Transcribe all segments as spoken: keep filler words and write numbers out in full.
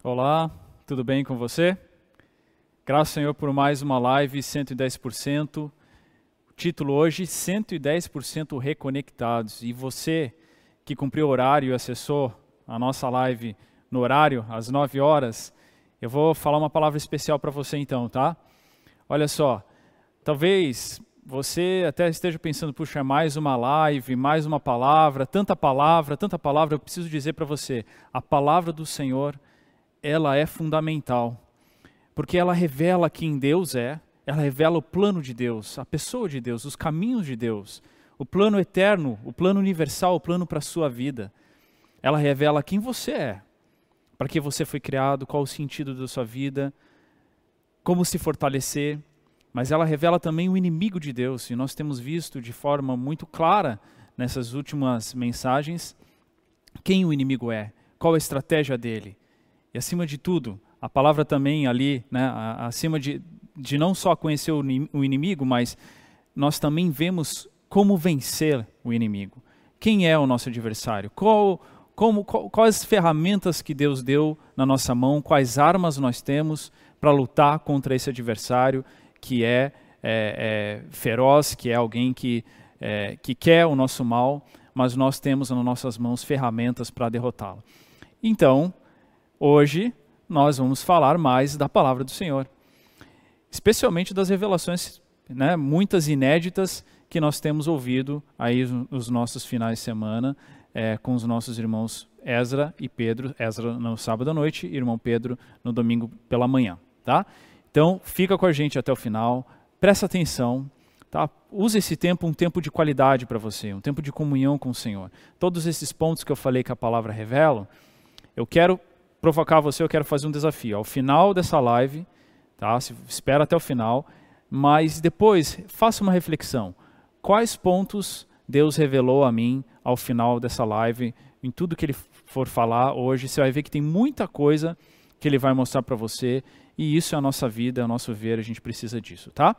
Olá, tudo bem com você? Graças ao Senhor por mais uma live cento e dez por cento. O título hoje, cento e dez por cento reconectados. E você que cumpriu o horário e acessou a nossa live no horário, às nove horas, eu vou falar uma palavra especial para você então, tá? Olha só, talvez você até esteja pensando, puxa, mais uma live, mais uma palavra, tanta palavra, tanta palavra. Eu preciso dizer para você, a palavra do Senhor, ela é fundamental, porque ela revela quem Deus é, ela revela o plano de Deus, a pessoa de Deus, os caminhos de Deus, o plano eterno, o plano universal, o plano para a sua vida. Ela revela quem você é, para que você foi criado, qual o sentido da sua vida, como se fortalecer, mas ela revela também o inimigo de Deus, e nós temos visto de forma muito clara nessas últimas mensagens quem o inimigo é, qual a estratégia dele. E acima de tudo, a palavra também ali, né, acima de, de não só conhecer o, o inimigo, mas nós também vemos como vencer o inimigo. Quem é o nosso adversário? Qual, como, qual, quais ferramentas que Deus deu na nossa mão, quais armas nós temos para lutar contra esse adversário que é, é, é feroz, que é alguém que, é, que quer o nosso mal, mas nós temos nas nossas mãos ferramentas para derrotá-lo. Então, hoje, nós vamos falar mais da palavra do Senhor, especialmente das revelações, né, muitas inéditas que nós temos ouvido aí nos nossos finais de semana é, com os nossos irmãos Ezra e Pedro, Ezra no sábado à noite e irmão Pedro no domingo pela manhã, tá? Então, fica com a gente até o final, presta atenção, tá? Use esse tempo, um tempo de qualidade para você, um tempo de comunhão com o Senhor. Todos esses pontos que eu falei que a palavra revela, eu quero provocar você, eu quero fazer um desafio. Ao final dessa live, tá? Espera até o final, mas depois faça uma reflexão. Quais pontos Deus revelou a mim ao final dessa live, em tudo que Ele for falar hoje? Você vai ver que tem muita coisa que Ele vai mostrar para você, e isso é a nossa vida, é o nosso ver, a gente precisa disso, tá?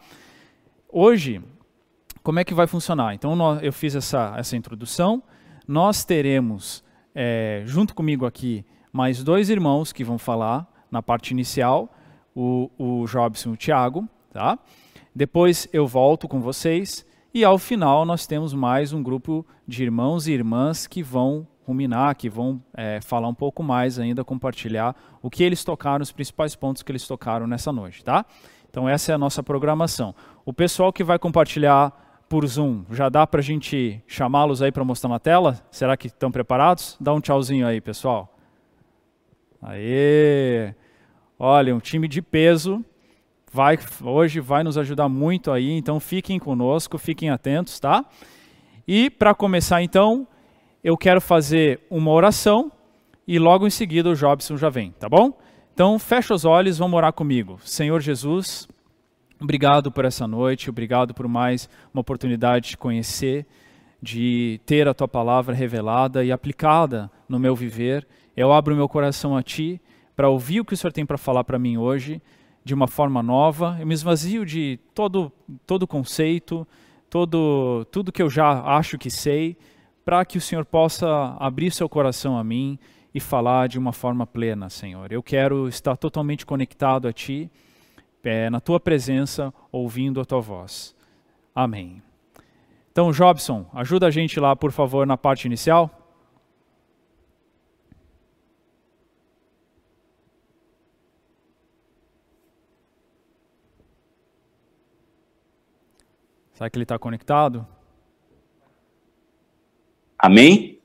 Hoje, como é que vai funcionar? Então, eu fiz essa, essa introdução, nós teremos, é, junto comigo aqui, mais dois irmãos que vão falar na parte inicial, o, o Jobson e o Thiago, tá? Depois eu volto com vocês e ao final nós temos mais um grupo de irmãos e irmãs que vão ruminar, que vão é, falar um pouco mais ainda, compartilhar o que eles tocaram, os principais pontos que eles tocaram nessa noite, tá? Então essa é a nossa programação. O pessoal que vai compartilhar por Zoom, já dá para a gente chamá-los aí para mostrar na tela? Será que estão preparados? Dá um tchauzinho aí, pessoal. Aê! Olha, um time de peso vai, hoje vai nos ajudar muito aí, então fiquem conosco, fiquem atentos, tá? E para começar então, eu quero fazer uma oração e logo em seguida o Jobson já vem, tá bom? Então fecha os olhos, vamos orar comigo. Senhor Jesus, obrigado por essa noite, obrigado por mais uma oportunidade de te conhecer, de ter a tua palavra revelada e aplicada no meu viver. Eu abro meu coração a Ti para ouvir o que o Senhor tem para falar para mim hoje de uma forma nova. Eu me esvazio de todo todo conceito, todo tudo que eu já acho que sei, para que o Senhor possa abrir seu coração a mim e falar de uma forma plena, Senhor. Eu quero estar totalmente conectado a Ti, é, na Tua presença, ouvindo a Tua voz. Amém. Então, Jobson, ajuda a gente lá, por favor, na parte inicial. Será que ele está conectado? Amém?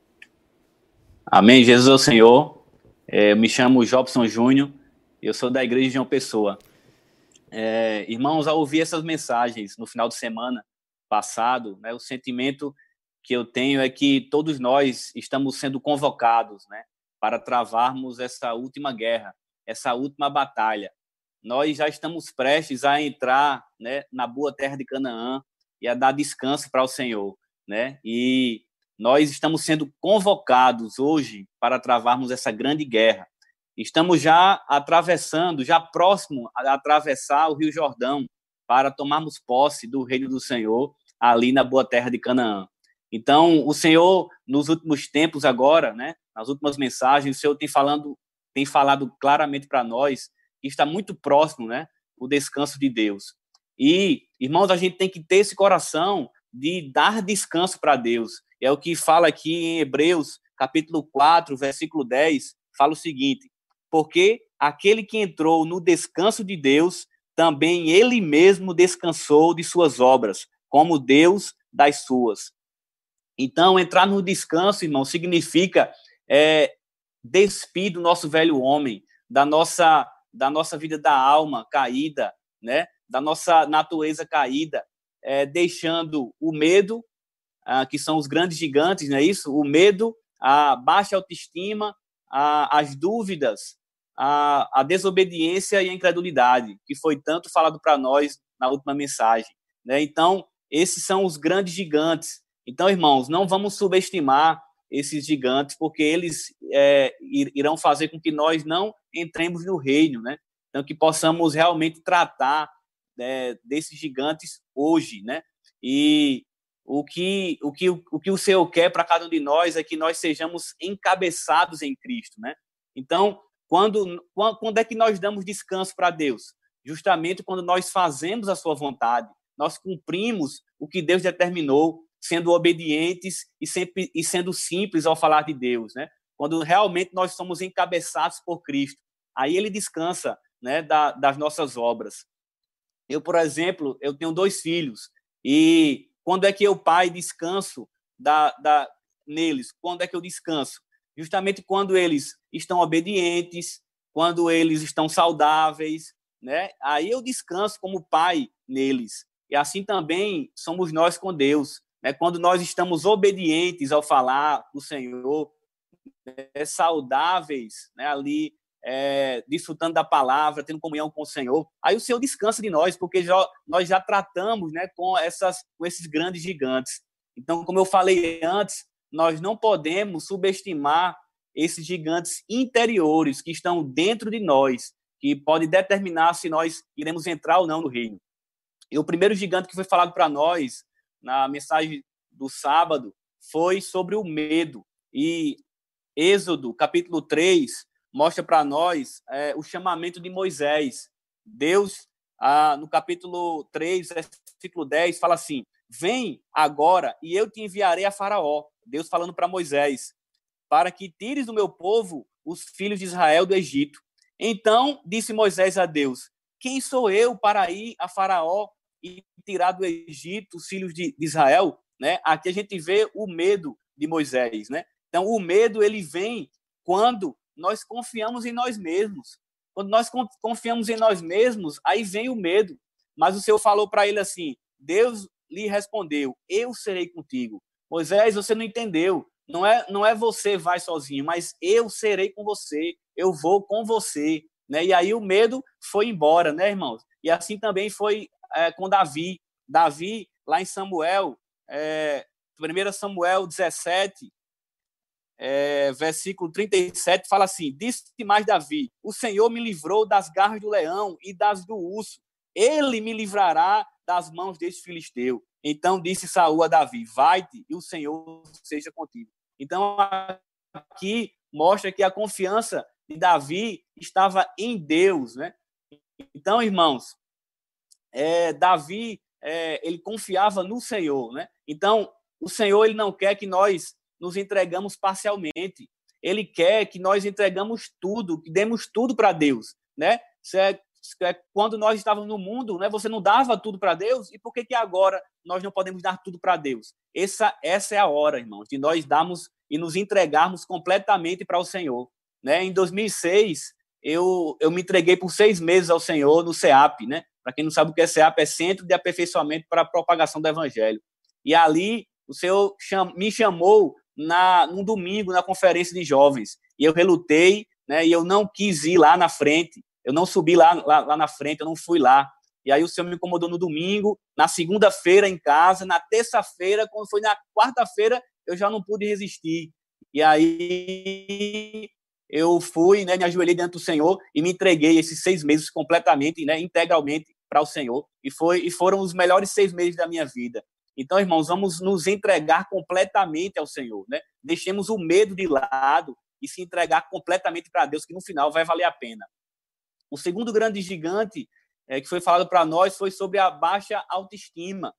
Amém, Jesus é o Senhor. É, eu me chamo Jobson Júnior, eu sou da igreja de João Pessoa. É, irmãos, ao ouvir essas mensagens no final de semana passado, né, o sentimento que eu tenho é que todos nós estamos sendo convocados, né, para travarmos essa última guerra, essa última batalha. Nós já estamos prestes a entrar, né, na boa terra de Canaã e a dar descanso para o Senhor, né? E nós estamos sendo convocados hoje para travarmos essa grande guerra. Estamos já atravessando, já próximo a atravessar o Rio Jordão para tomarmos posse do reino do Senhor ali na boa terra de Canaã. Então, o Senhor, nos últimos tempos agora, né, nas últimas mensagens, o Senhor tem falando, tem falado claramente para nós que está muito próximo, né, o descanso de Deus. E, irmãos, a gente tem que ter esse coração de dar descanso para Deus. É o que fala aqui em Hebreus, capítulo quatro, versículo dez, fala o seguinte: porque aquele que entrou no descanso de Deus, também ele mesmo descansou de suas obras, como Deus das suas. Então, entrar no descanso, irmão, significa é, despir do nosso velho homem, da nossa, da nossa vida da alma caída, né? Da nossa natureza caída, é, deixando o medo, ah, que são os grandes gigantes, não é isso? O medo, a baixa autoestima, a, as dúvidas, a, a desobediência e a incredulidade, que foi tanto falado para nós na última mensagem, né? Então, esses são os grandes gigantes. Então, irmãos, não vamos subestimar esses gigantes, porque eles é, irão fazer com que nós não entremos no reino, né? Então, que possamos realmente tratar é, desses gigantes hoje, né? E o que o, que, o que o Senhor quer para cada um de nós é que nós sejamos encabeçados em Cristo, né? Então, quando, quando é que nós damos descanso para Deus? Justamente quando nós fazemos a sua vontade, nós cumprimos o que Deus determinou, sendo obedientes e, sempre, e sendo simples ao falar de Deus, né? Quando realmente nós somos encabeçados por Cristo, aí ele descansa, né, da, das nossas obras. Eu, por exemplo, eu tenho dois filhos, e quando é que eu, pai, descanso da, da, neles? Quando é que eu descanso? Justamente quando eles estão obedientes, quando eles estão saudáveis, né? Aí eu descanso como pai neles. E assim também somos nós com Deus, né? Quando nós estamos obedientes ao falar do Senhor, né? Saudáveis, né? Ali, é, desfrutando da palavra, tendo comunhão com o Senhor, aí o Senhor descansa de nós, porque já, nós já tratamos, né, com, essas, com esses grandes gigantes. Então, como eu falei antes, nós não podemos subestimar esses gigantes interiores que estão dentro de nós, que pode determinar se nós iremos entrar ou não no reino. E o primeiro gigante que foi falado para nós na mensagem do sábado foi sobre o medo. E Êxodo, capítulo três, mostra para nós é, o chamamento de Moisés. Deus, ah, no capítulo três, versículo dez, fala assim: vem agora e eu te enviarei a Faraó. Deus falando para Moisés, para que tires do meu povo os filhos de Israel do Egito. Então disse Moisés a Deus: quem sou eu para ir a Faraó e tirar do Egito os filhos de Israel? Né? Aqui a gente vê o medo de Moisés, né? Então o medo ele vem quando nós confiamos em nós mesmos. Quando nós confiamos em nós mesmos, aí vem o medo. Mas o Senhor falou para ele assim, Deus lhe respondeu: eu serei contigo. Moisés, você não entendeu. Não é, não é você vai sozinho, mas eu serei com você. Eu vou com você. Né? E aí o medo foi embora, né, irmãos? E assim também foi é, com Davi. Davi, lá em Samuel, é, primeiro Samuel dezessete, É, versículo trinta e sete, fala assim: disse mais Davi: o Senhor me livrou das garras do leão e das do urso, ele me livrará das mãos deste filisteu. Então disse Saul a Davi: vai-te e o Senhor seja contigo. Então aqui mostra que a confiança de Davi estava em Deus, né? Então, irmãos, é, Davi é, ele confiava no Senhor, né? Então o Senhor ele não quer que nós nos entregamos parcialmente. Ele quer que nós entregamos tudo, que demos tudo para Deus, né? É, é, quando nós estávamos no mundo, né, você não dava tudo para Deus, e por que que agora nós não podemos dar tudo para Deus? Essa, essa é a hora, irmãos, de nós darmos e nos entregarmos completamente para o Senhor, né? Em dois mil e seis, eu, eu me entreguei por seis meses ao Senhor no C E A P, né? Para quem não sabe o que é C E A P, é Centro de Aperfeiçoamento para a Propagação do Evangelho. E ali o Senhor cham, me chamou Na, num domingo, na conferência de jovens, e eu relutei, né, e eu não quis ir lá na frente, eu não subi lá, lá, lá na frente, eu não fui lá, e aí o Senhor me incomodou no domingo, na segunda-feira em casa, na terça-feira, quando foi na quarta-feira, eu já não pude resistir, e aí eu fui, né, me ajoelhei diante do Senhor, e me entreguei esses seis meses completamente, né, integralmente para o Senhor, e, foi, e foram os melhores seis meses da minha vida. Então, irmãos, vamos nos entregar completamente ao Senhor, né? Deixemos o medo de lado e se entregar completamente para Deus, que no final vai valer a pena. O segundo grande gigante é, que foi falado para nós foi sobre a baixa autoestima.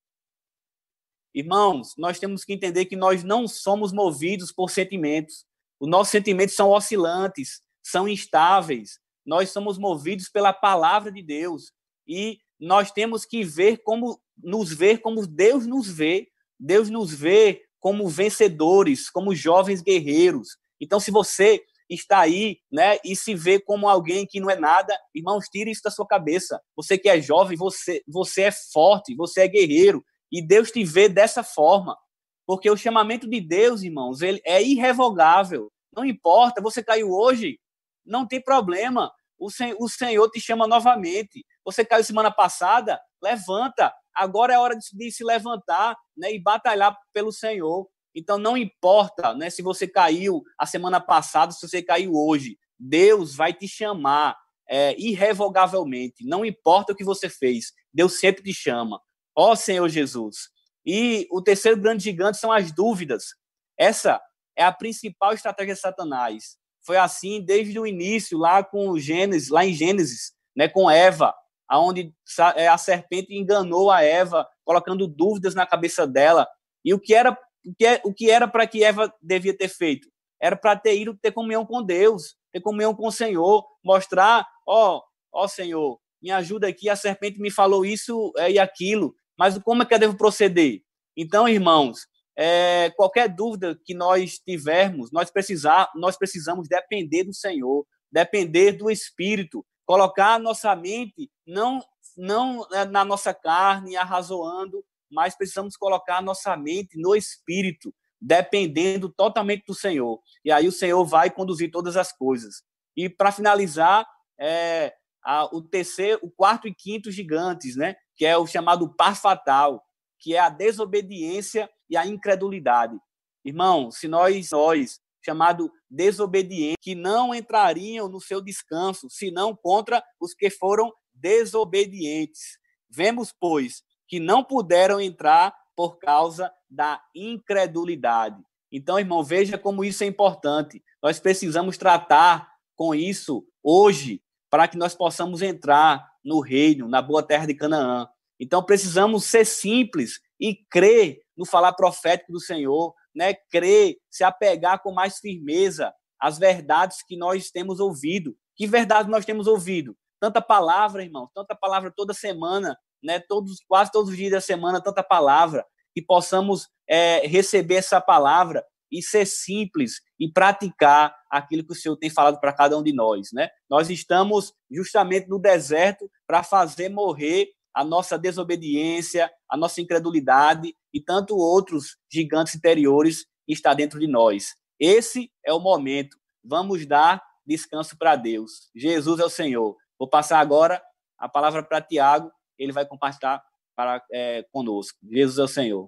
Irmãos, nós temos que entender que nós não somos movidos por sentimentos. Os nossos sentimentos são oscilantes, são instáveis. Nós somos movidos pela palavra de Deus. E nós temos que ver como, nos ver como Deus nos vê. Deus nos vê como vencedores, como jovens guerreiros. Então, se você está aí, né, e se vê como alguém que não é nada, irmãos, tire isso da sua cabeça. Você que é jovem, você, você é forte, você é guerreiro. E Deus te vê dessa forma. Porque o chamamento de Deus, irmãos, ele é irrevogável. Não importa, você caiu hoje, não tem problema. O, sen- o Senhor te chama novamente. Você caiu semana passada, levanta. Agora é hora de, de se levantar, né, e batalhar pelo Senhor. Então, não importa, né, se você caiu a semana passada, se você caiu hoje. Deus vai te chamar é, irrevogavelmente. Não importa o que você fez. Deus sempre te chama. Ó Senhor Jesus. E o terceiro grande gigante são as dúvidas. Essa é a principal estratégia de Satanás. Foi assim desde o início, lá com Gênesis, lá em Gênesis, né, com Eva, onde a serpente enganou a Eva, colocando dúvidas na cabeça dela. E o que era o que, o que era para que Eva devia ter feito? Era para ter ido ter comunhão com Deus, ter comunhão com o Senhor, mostrar, ó, ó Senhor, me ajuda aqui, a serpente me falou isso é, e aquilo, mas como é que eu devo proceder? Então, irmãos, é, qualquer dúvida que nós tivermos, nós, precisar, nós precisamos depender do Senhor, depender do Espírito, colocar a nossa mente não, não na nossa carne, arrazoando, mas precisamos colocar a nossa mente no Espírito, dependendo totalmente do Senhor. E aí o Senhor vai conduzir todas as coisas. E para finalizar, é, a, o terceiro, o quarto e quinto gigantes, né? Que é o chamado par fatal, que é a desobediência e a incredulidade. Irmão, se nós, nós chamado desobediente, que não entrariam no seu descanso, senão contra os que foram desobedientes. Vemos, pois, que não puderam entrar por causa da incredulidade. Então, irmão, veja como isso é importante. Nós precisamos tratar com isso hoje, para que nós possamos entrar no reino, na boa terra de Canaã. Então, precisamos ser simples e crer no falar profético do Senhor, né? Crer, se apegar com mais firmeza às verdades que nós temos ouvido. Que verdade nós temos ouvido? Tanta palavra, irmão, tanta palavra toda semana, né? Todos, quase todos os dias da semana, tanta palavra, que possamos é, receber essa palavra e ser simples e praticar aquilo que o Senhor tem falado para cada um de nós, né? Nós estamos justamente no deserto para fazer morrer a nossa desobediência, a nossa incredulidade e tanto outros gigantes interiores que está dentro de nós. Esse é o momento. Vamos dar descanso para Deus. Jesus é o Senhor. Vou passar agora a palavra para Tiago. Ele vai compartilhar para, é, conosco. Jesus é o Senhor.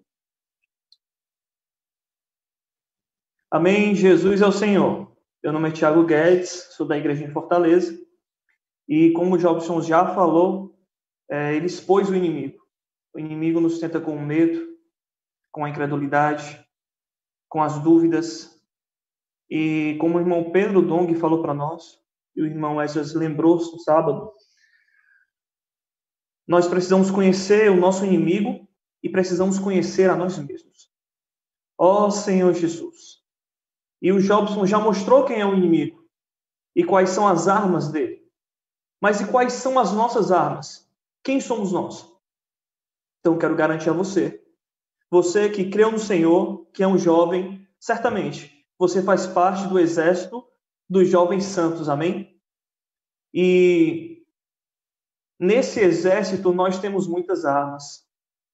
Amém. Jesus é o Senhor. Meu nome é Tiago Guedes, sou da igreja em Fortaleza. E como o Jobson já falou, é, ele expôs o inimigo. O inimigo nos tenta com o medo, com a incredulidade, com as dúvidas. E como o irmão Pedro Dong falou para nós, e o irmão Esdras lembrou no sábado, nós precisamos conhecer o nosso inimigo e precisamos conhecer a nós mesmos. Ó Senhor Jesus! E o Jobson já mostrou quem é o inimigo e quais são as armas dele. Mas e quais são as nossas armas? Quem somos nós? Então, quero garantir a você, você que creu no Senhor, que é um jovem, certamente, você faz parte do exército dos jovens santos, amém? E nesse exército nós temos muitas armas.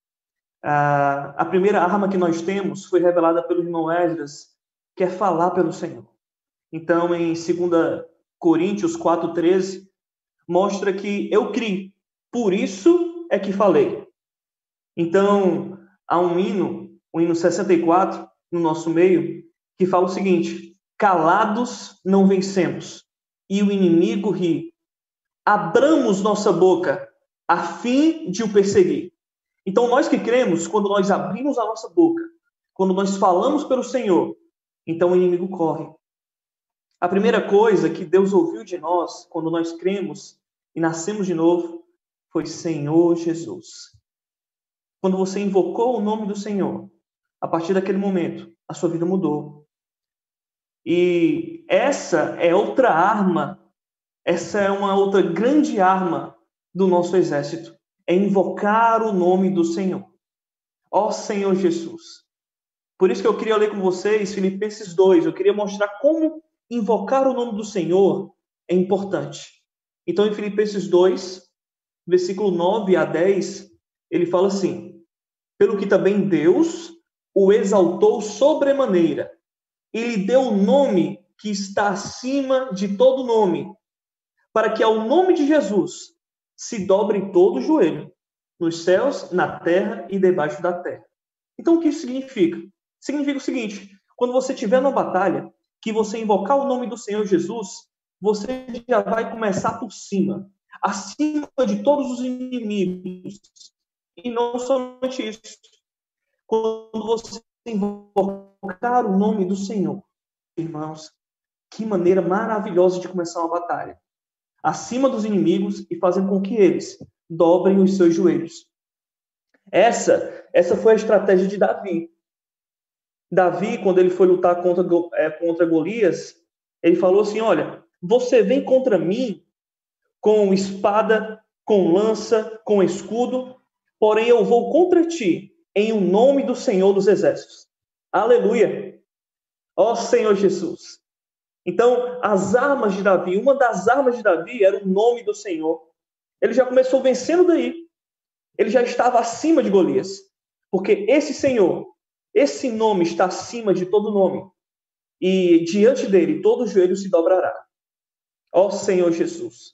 A primeira arma que nós temos foi revelada pelo irmão Esdras, que é falar pelo Senhor. Então, em dois Coríntios quatro, treze, mostra que eu criei, por isso é que falei. Então, há um hino, o hino sessenta e quatro, no nosso meio, que fala o seguinte: calados não vencemos, e o inimigo ri. Abramos nossa boca, a fim de o perseguir. Então, nós que cremos, quando nós abrimos a nossa boca, quando nós falamos pelo Senhor, então o inimigo corre. A primeira coisa que Deus ouviu de nós, quando nós cremos e nascemos de novo, foi Senhor Jesus. Quando você invocou o nome do Senhor, a partir daquele momento, a sua vida mudou. E essa é outra arma, essa é uma outra grande arma do nosso exército, é invocar o nome do Senhor. Ó Senhor Jesus. Por isso que eu queria ler com vocês Filipenses dois, eu queria mostrar como invocar o nome do Senhor é importante. Então, em Filipenses dois, versículo nove a dez, ele fala assim: pelo que também Deus o exaltou sobremaneira, e lhe deu o nome que está acima de todo nome, para que ao nome de Jesus se dobre todo o joelho, nos céus, na terra e debaixo da terra. Então, o que isso significa? Significa o seguinte: quando você estiver numa batalha, que você invocar o nome do Senhor Jesus, você já vai começar por cima, acima de todos os inimigos. E não somente isso. Quando você invocar o nome do Senhor, irmãos, que maneira maravilhosa de começar uma batalha. Acima dos inimigos e fazendo com que eles dobrem os seus joelhos. Essa, essa foi a estratégia de Davi. Davi, quando ele foi lutar contra, é, contra Golias, ele falou assim: olha, você vem contra mim com espada, com lança, com escudo, porém eu vou contra ti em o nome do Senhor dos Exércitos. Aleluia! Ó Senhor Jesus! Então, as armas de Davi, uma das armas de Davi era o nome do Senhor. Ele já começou vencendo daí. Ele já estava acima de Golias. Porque esse Senhor, esse nome está acima de todo nome. E diante dele, todo joelho se dobrará. Ó Senhor Jesus.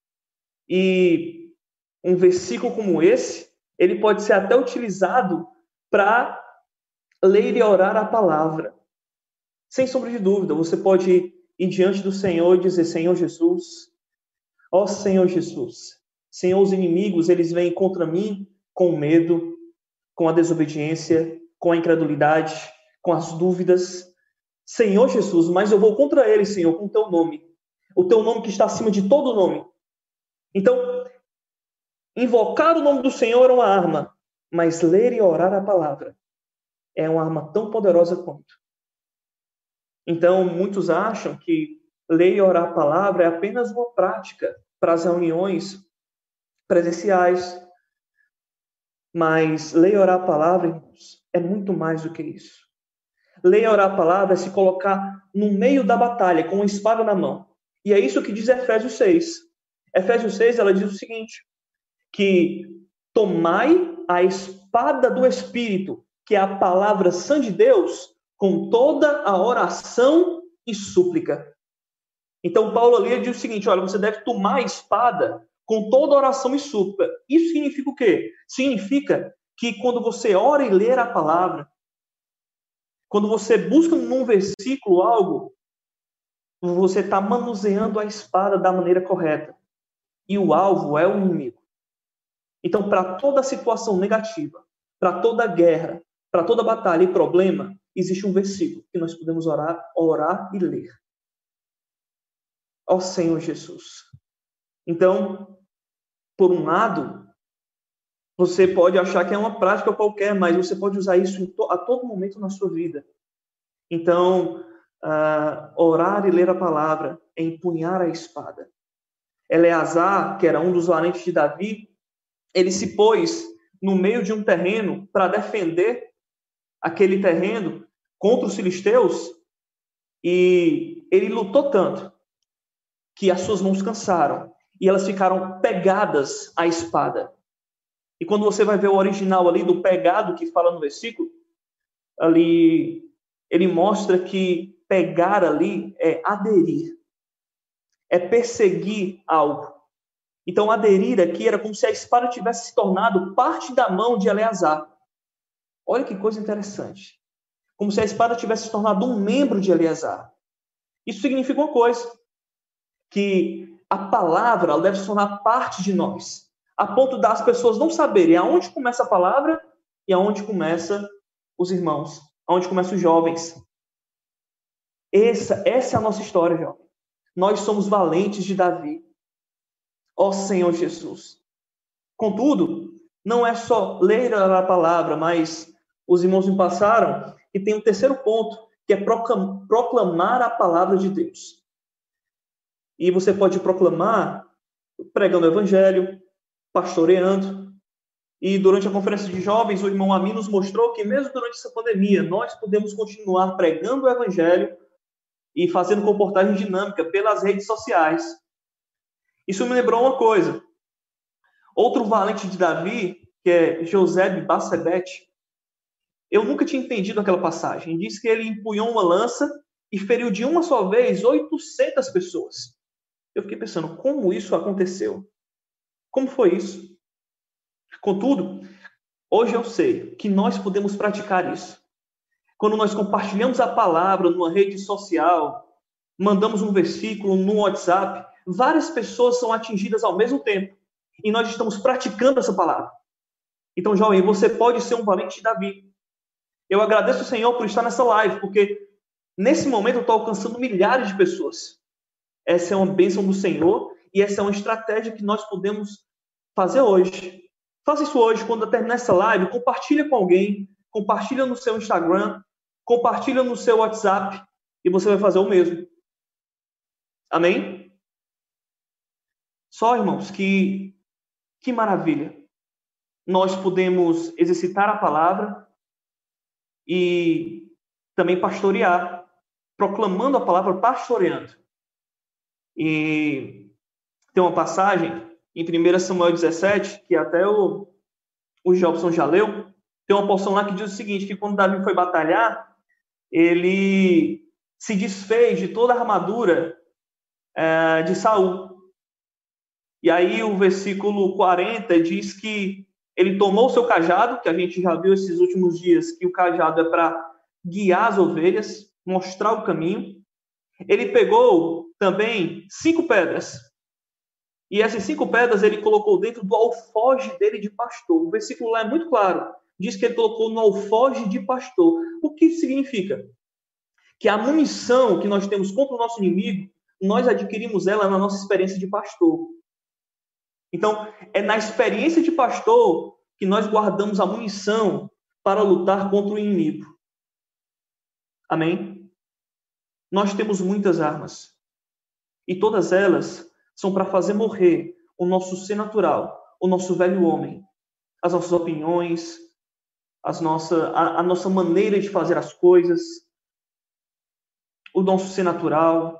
E um versículo como esse, ele pode ser até utilizado para ler e orar a palavra. Sem sombra de dúvida, você pode ir diante do Senhor e dizer: Senhor Jesus, ó Senhor Jesus, Senhor, os inimigos, eles vêm contra mim com o medo, com a desobediência, com a incredulidade, com as dúvidas. Senhor Jesus, mas eu vou contra eles, Senhor, com o teu nome. O teu nome que está acima de todo nome. Então, invocar o nome do Senhor é uma arma, mas ler e orar a palavra é uma arma tão poderosa quanto. Então, muitos acham que ler e orar a palavra é apenas uma prática para as reuniões presenciais. Mas ler e orar a palavra, irmãos, é muito mais do que isso. Ler e orar a palavra é se colocar no meio da batalha, com uma espada na mão. E é isso que diz Efésios seis. Efésios seis, ela diz o seguinte, que tomai a espada do Espírito, que é a palavra sã de Deus, com toda a oração e súplica. Então, Paulo ali diz o seguinte: olha, você deve tomar a espada com toda a oração e súplica. Isso significa o quê? Significa que quando você ora e lê a palavra, quando você busca num versículo algo, você está manuseando a espada da maneira correta. E o alvo é o inimigo. Então, para toda situação negativa, para toda guerra, para toda batalha e problema, existe um versículo que nós podemos orar, orar e ler. Ó Senhor Jesus. Então, por um lado, você pode achar que é uma prática qualquer, mas você pode usar isso a todo momento na sua vida. Então, uh, orar e ler a palavra é empunhar a espada. Eleazar, que era um dos valentes de Davi, ele se pôs no meio de um terreno para defender aquele terreno contra os filisteus, e ele lutou tanto que as suas mãos cansaram e elas ficaram pegadas à espada. E quando você vai ver o original ali do pegado que fala no versículo, ali ele mostra que pegar ali é aderir, é perseguir algo. Então, aderir aqui era como se a espada tivesse se tornado parte da mão de Eleazar. Olha que coisa interessante. Como se a espada tivesse se tornado um membro de Eleazar. Isso significa uma coisa, que a palavra ela deve se tornar parte de nós, a ponto das pessoas não saberem aonde começa a palavra e aonde começa os irmãos, aonde começam os jovens. Essa, essa é a nossa história, jovens. Nós somos valentes de Davi. Ó Senhor Jesus. Contudo, não é só ler a palavra, mas os irmãos me passaram que tem um terceiro ponto, que é proclamar a palavra de Deus. E você pode proclamar pregando o evangelho, pastoreando. E durante a conferência de jovens, o irmão Amin nos mostrou que mesmo durante essa pandemia, nós podemos continuar pregando o evangelho e fazendo comportagem dinâmica pelas redes sociais. Isso me lembrou uma coisa. Outro valente de Davi, que é José de Bassebete, eu nunca tinha entendido aquela passagem. Diz que ele empunhou uma lança e feriu de uma só vez oitocentas pessoas. Eu fiquei pensando, como isso aconteceu? Como foi isso? Contudo, hoje eu sei que nós podemos praticar isso. Quando nós compartilhamos a palavra numa rede social, mandamos um versículo no WhatsApp, várias pessoas são atingidas ao mesmo tempo. E nós estamos praticando essa palavra. Então, jovem, você pode ser um valente de Davi. Eu agradeço ao Senhor por estar nessa live, porque nesse momento eu estou alcançando milhares de pessoas. Essa é uma bênção do Senhor e essa é uma estratégia que nós podemos fazer hoje. Faça isso hoje, quando terminar essa live, compartilha com alguém, compartilha no seu Instagram, compartilha no seu WhatsApp e você vai fazer o mesmo. Amém? Só, irmãos, que, que maravilha. Nós podemos exercitar a palavra e também pastorear, proclamando a palavra, pastoreando. E tem uma passagem em primeiro Samuel dezessete, que até o, o Jobson já leu, tem uma porção lá que diz o seguinte, que quando Davi foi batalhar, ele se desfez de toda a armadura é, de Saul. E aí o versículo quarenta diz que ele tomou o seu cajado, que a gente já viu esses últimos dias, que o cajado é para guiar as ovelhas, mostrar o caminho. Ele pegou também cinco pedras. E essas cinco pedras ele colocou dentro do alfoge dele de pastor. O versículo lá é muito claro. Diz que ele colocou no alfoge de pastor. O que significa? Que a munição que nós temos contra o nosso inimigo, nós adquirimos ela na nossa experiência de pastor. Então, é na experiência de pastor que nós guardamos a munição para lutar contra o inimigo. Amém? Nós temos muitas armas. E todas elas são para fazer morrer o nosso ser natural, o nosso velho homem, as nossas opiniões, as nossa, a, a nossa maneira de fazer as coisas, o nosso ser natural.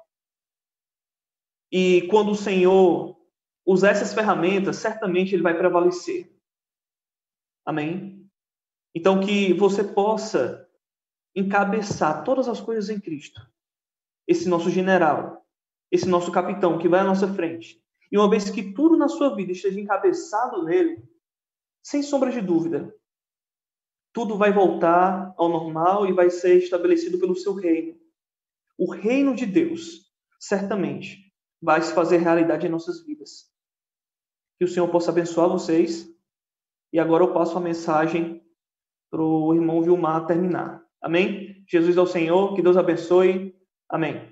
E quando o Senhor usar essas ferramentas, certamente Ele vai prevalecer. Amém? Então, que você possa encabeçar todas as coisas em Cristo. Esse nosso general, esse nosso capitão que vai à nossa frente. E uma vez que tudo na sua vida esteja encabeçado nele, sem sombra de dúvida, tudo vai voltar ao normal e vai ser estabelecido pelo seu reino. O reino de Deus, certamente, vai se fazer realidade em nossas vidas. Que o Senhor possa abençoar vocês. E agora eu passo a mensagem para o irmão Vilmar terminar. Amém? Jesus é o Senhor, que Deus abençoe. Amém.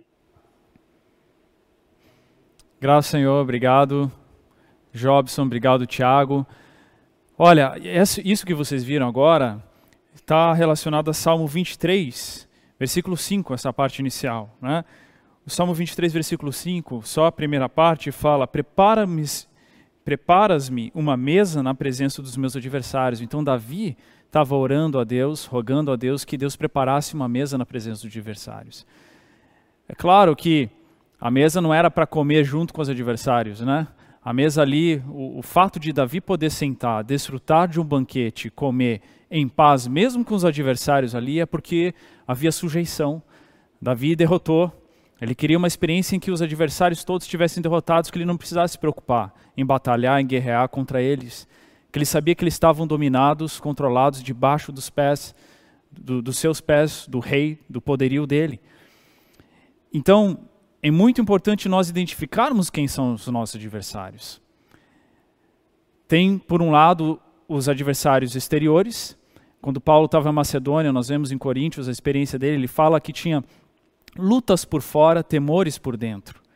Graças ao Senhor, obrigado. Jobson, obrigado, Tiago. Olha, isso que vocês viram agora está relacionado a Salmo vinte e três, versículo cinco, essa parte inicial, né? O Salmo vinte e três, versículo cinco, só a primeira parte fala, prepara-me, preparas-me uma mesa na presença dos meus adversários. Então Davi estava orando a Deus, rogando a Deus que Deus preparasse uma mesa na presença dos adversários. É claro que a mesa não era para comer junto com os adversários, né? A mesa ali, o, o fato de Davi poder sentar, desfrutar de um banquete, comer em paz, mesmo com os adversários ali, é porque havia sujeição. Davi derrotou. Ele queria uma experiência em que os adversários todos estivessem derrotados, que ele não precisasse se preocupar em batalhar, em guerrear contra eles. Que ele sabia que eles estavam dominados, controlados debaixo dos pés, do, dos seus pés, do rei, do poderio dele. Então, é muito importante nós identificarmos quem são os nossos adversários. Tem, por um lado, os adversários exteriores. Quando Paulo estava em Macedônia, nós vemos em Coríntios a experiência dele, ele fala que tinha lutas por fora, temores por dentro.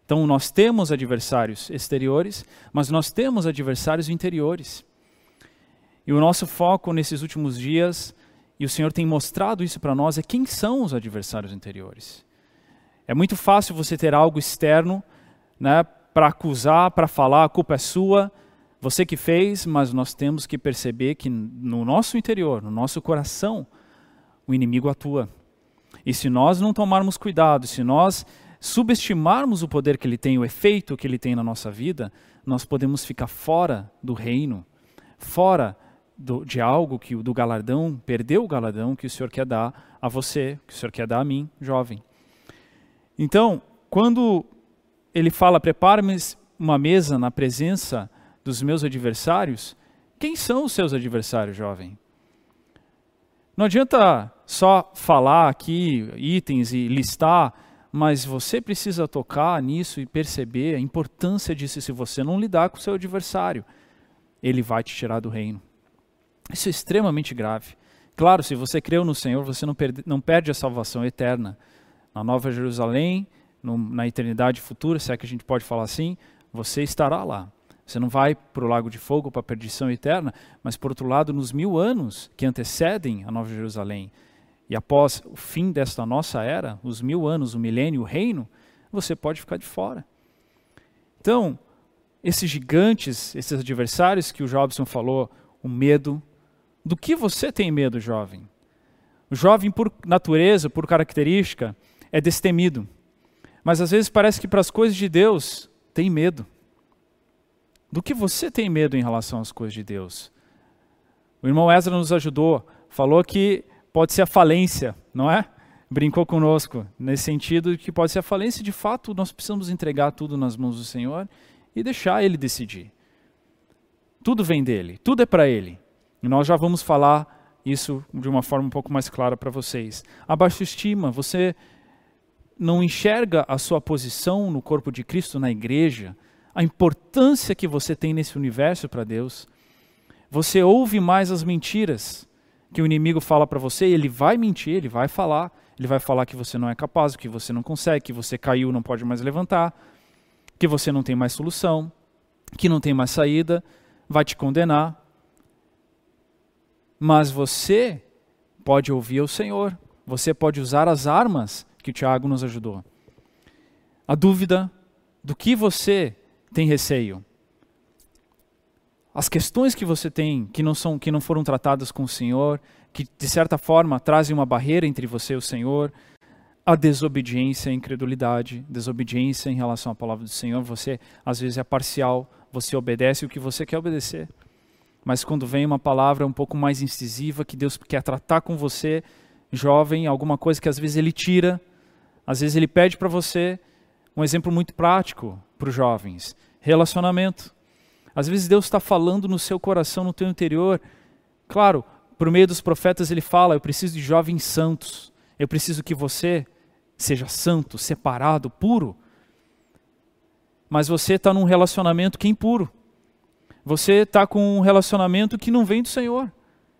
Então nós temos adversários exteriores, mas nós temos adversários interiores. E o nosso foco nesses últimos dias, e o Senhor tem mostrado isso para nós, é quem são os adversários interiores. É muito fácil você ter algo externo, né, para acusar, para falar, a culpa é sua, você que fez, mas nós temos que perceber que no nosso interior, no nosso coração, o inimigo atua. E se nós não tomarmos cuidado, se nós subestimarmos o poder que ele tem, o efeito que ele tem na nossa vida, nós podemos ficar fora do reino, fora do, de algo que do galardão, perder o galardão que o Senhor quer dar a você, que o Senhor quer dar a mim, jovem. Então, quando ele fala, prepara-me uma mesa na presença dos meus adversários, quem são os seus adversários, jovem? Não adianta só falar aqui itens e listar, mas você precisa tocar nisso e perceber a importância disso. Se você não lidar com o seu adversário, ele vai te tirar do reino. Isso é extremamente grave. Claro, se você creu no Senhor, você não perde, não perde a salvação eterna. Na Nova Jerusalém, no, na eternidade futura, se é que a gente pode falar assim, você estará lá. Você não vai para o lago de fogo, para a perdição eterna, mas por outro lado, nos mil anos que antecedem a Nova Jerusalém, e após o fim desta nossa era, os mil anos, o milênio, o reino, você pode ficar de fora. Então, esses gigantes, esses adversários que o Jobson falou, o medo, do que você tem medo, jovem? O jovem, por natureza, por característica, é destemido. Mas às vezes parece que para as coisas de Deus tem medo. Do que você tem medo em relação às coisas de Deus? O irmão Ezra nos ajudou, falou que pode ser a falência, não é? Brincou conosco, nesse sentido que pode ser a falência. De fato, nós precisamos entregar tudo nas mãos do Senhor e deixar Ele decidir. Tudo vem dEle, tudo é para Ele. E nós já vamos falar isso de uma forma um pouco mais clara para vocês. A baixa estima, você não enxerga a sua posição no corpo de Cristo, na igreja, a importância que você tem nesse universo para Deus. Você ouve mais as mentiras que o inimigo fala para você, e ele vai mentir, ele vai falar, ele vai falar que você não é capaz, que você não consegue, que você caiu, não pode mais levantar, que você não tem mais solução, que não tem mais saída, vai te condenar. Mas você pode ouvir o Senhor, você pode usar as armas que o Tiago nos ajudou. A dúvida do que você tem receio. As questões que você tem que não são, que não foram tratadas com o Senhor, que de certa forma trazem uma barreira entre você e o Senhor, a desobediência, a incredulidade, desobediência em relação à palavra do Senhor. Você às vezes é parcial, você obedece o que você quer obedecer. Mas quando vem uma palavra um pouco mais incisiva, que Deus quer tratar com você, jovem, alguma coisa que às vezes Ele tira, às vezes Ele pede para você, um exemplo muito prático para os jovens, relacionamento. Às vezes Deus está falando no seu coração, no teu interior. Claro, por meio dos profetas Ele fala, eu preciso de jovens santos, eu preciso que você seja santo, separado, puro. Mas você está num relacionamento que é impuro. Você está com um relacionamento que não vem do Senhor.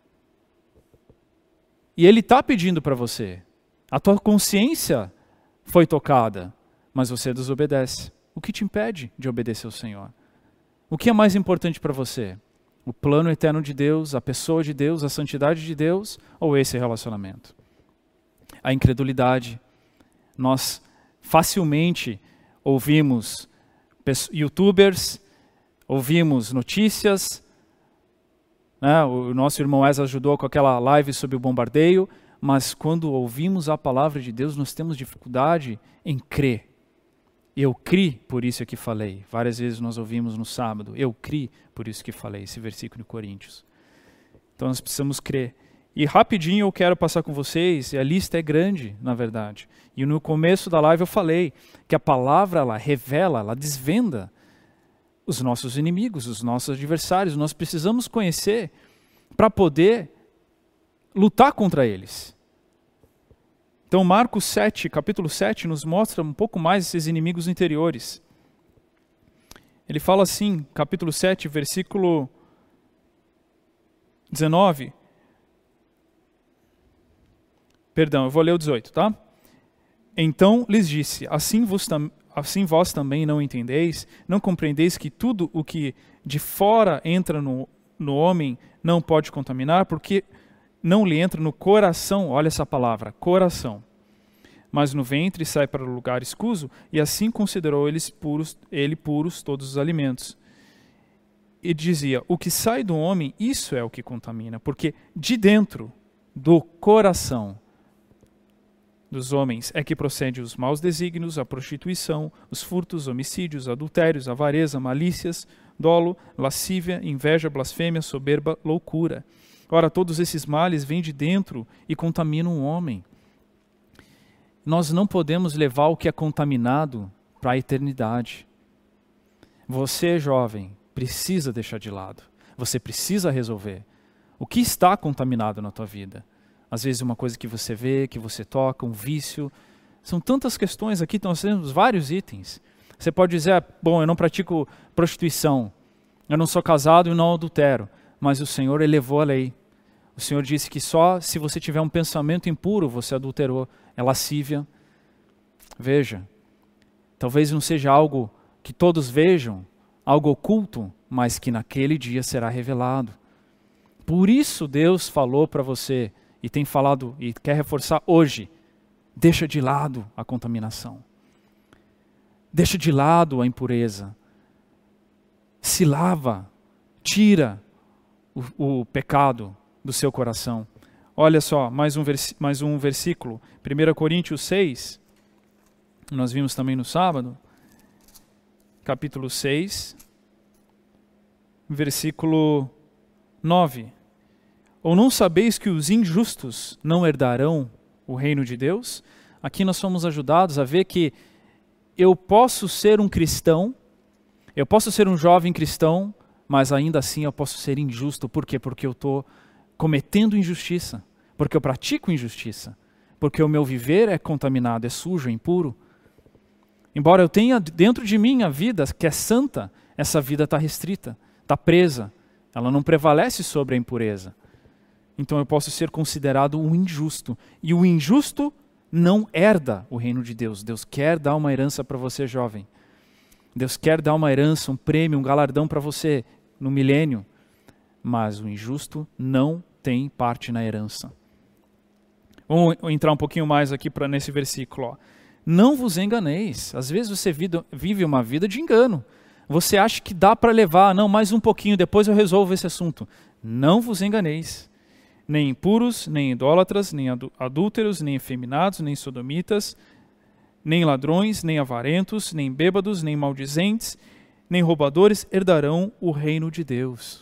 E Ele está pedindo para você. A tua consciência foi tocada, mas você desobedece. O que te impede de obedecer ao Senhor? O que é mais importante para você? O plano eterno de Deus, a pessoa de Deus, a santidade de Deus, ou esse relacionamento? A incredulidade. Nós facilmente ouvimos youtubers, ouvimos notícias, né? O nosso irmão Ezra ajudou com aquela live sobre o bombardeio, mas quando ouvimos a palavra de Deus, nós temos dificuldade em crer. Eu criei, por isso é que falei. Várias vezes nós ouvimos no sábado, eu criei, por isso que falei, esse versículo de Coríntios. Então nós precisamos crer. E rapidinho eu quero passar com vocês, e a lista é grande, na verdade. E no começo da live eu falei que a palavra, ela revela, ela desvenda os nossos inimigos, os nossos adversários. Nós precisamos conhecer para poder lutar contra eles. Então Marcos sete, capítulo sete, nos mostra um pouco mais esses inimigos interiores. Ele fala assim, capítulo sete, versículo dezenove. Perdão, eu vou ler o dezoito, tá? Então lhes disse, assim vos, tam, assim vós também não entendeis, não compreendeis que tudo o que de fora entra no, no homem não pode contaminar, porque não lhe entra no coração, olha essa palavra, coração, mas no ventre sai para o lugar escuso, e assim considerou eles puros, ele puros todos os alimentos. E dizia, o que sai do homem, isso é o que contamina, porque de dentro do coração dos homens é que procede os maus desígnios, a prostituição, os furtos, homicídios, adultérios, avareza, malícias, dolo, lascívia, inveja, blasfêmia, soberba, loucura. Ora, todos esses males vêm de dentro e contaminam o homem. Nós não podemos levar o que é contaminado para a eternidade. Você, jovem, precisa deixar de lado. Você precisa resolver. O que está contaminado na tua vida? Às vezes uma coisa que você vê, que você toca, um vício. São tantas questões aqui, nós temos vários itens. Você pode dizer, ah, bom, eu não pratico prostituição, eu não sou casado e não adultero, mas o Senhor elevou a lei. O Senhor disse que só se você tiver um pensamento impuro, você adulterou, é lascívia. Veja, talvez não seja algo que todos vejam, algo oculto, mas que naquele dia será revelado. Por isso Deus falou para você, e tem falado e quer reforçar hoje, deixa de lado a contaminação. Deixa de lado a impureza. Se lava, tira o, o pecado do seu coração. Olha só, mais um, vers, mais um versículo. primeira Coríntios seis, nós vimos também no sábado, capítulo seis, versículo nove. Ou não sabeis que os injustos não herdarão o reino de Deus? Aqui nós somos ajudados a ver que eu posso ser um cristão, eu posso ser um jovem cristão, mas ainda assim eu posso ser injusto. Por quê? Porque eu estou cometendo injustiça, porque eu pratico injustiça, porque o meu viver é contaminado, é sujo, é impuro. Embora eu tenha dentro de mim a vida que é santa, essa vida está restrita, está presa, ela não prevalece sobre a impureza. Então eu posso ser considerado um injusto. E o injusto não herda o reino de Deus. Deus quer dar uma herança para você, jovem. Deus quer dar uma herança, um prêmio, um galardão para você no milênio. Mas o injusto não tem parte na herança. Vamos entrar um pouquinho mais aqui pra, nesse versículo. Ó. Não vos enganeis. Às vezes você vive uma vida de engano. Você acha que dá para levar, não, mais um pouquinho, depois eu resolvo esse assunto. Não vos enganeis. Nem impuros, nem idólatras, nem adúlteros, nem efeminados, nem sodomitas, nem ladrões, nem avarentos, nem bêbados, nem maldizentes, nem roubadores herdarão o reino de Deus.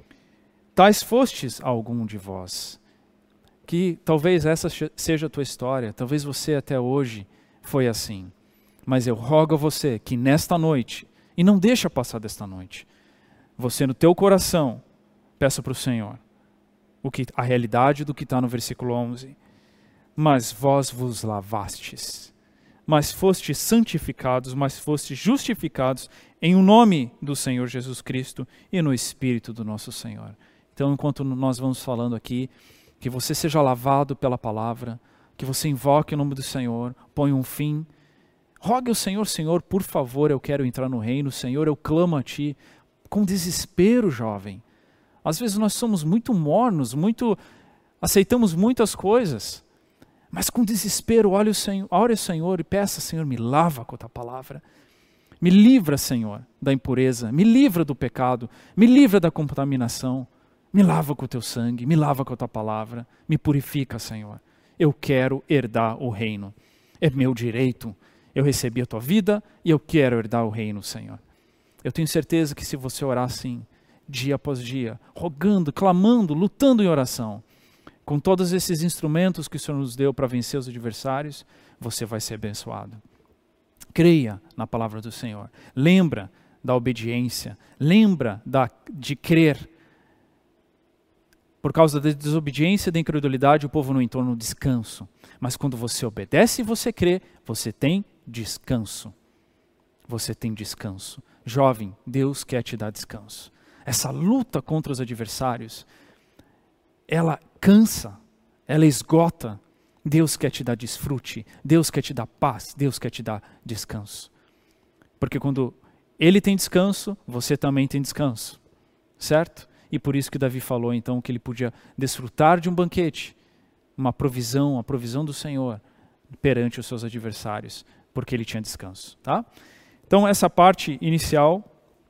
Tais fostes algum de vós. Que talvez essa seja a tua história, talvez você até hoje foi assim. Mas eu rogo a você que nesta noite, e não deixa passar desta noite, você no teu coração, peça para o Senhor, o que, a realidade do que está no versículo onze. Mas vós vos lavastes, mas fostes santificados, mas fostes justificados em o nome do Senhor Jesus Cristo e no Espírito do nosso Senhor. Então, enquanto nós vamos falando aqui, que você seja lavado pela palavra, que você invoque o nome do Senhor, ponha um fim. Rogue ao Senhor, Senhor, por favor, eu quero entrar no reino, Senhor, eu clamo a Ti, com desespero, jovem. Às vezes nós somos muito mornos, muito, aceitamos muitas coisas, mas com desespero, olhe o Senhor, ore ao Senhor e peça, Senhor, me lava com a Tua palavra. Me livra, Senhor, da impureza, me livra do pecado, me livra da contaminação, me lava com o Teu sangue, me lava com a Tua palavra, me purifica, Senhor. Eu quero herdar o reino, é meu direito, eu recebi a Tua vida e eu quero herdar o reino, Senhor. Eu tenho certeza que se você orar assim, dia após dia, rogando, clamando, lutando em oração, com todos esses instrumentos que o Senhor nos deu para vencer os adversários, você vai ser abençoado. Creia na palavra do Senhor. Lembra da obediência. Lembra da, de crer. Por causa da desobediência e da incredulidade, o povo não entrou no descanso. Mas quando você obedece e você crê, você tem descanso. Você tem descanso. Jovem, Deus quer te dar descanso. Essa luta contra os adversários, ela cansa, ela esgota. Deus quer te dar desfrute, Deus quer te dar paz, Deus quer te dar descanso. Porque quando ele tem descanso, você também tem descanso, certo? E por isso que Davi falou então que ele podia desfrutar de um banquete, uma provisão, a provisão do Senhor perante os seus adversários, porque ele tinha descanso, tá? Então essa parte inicial,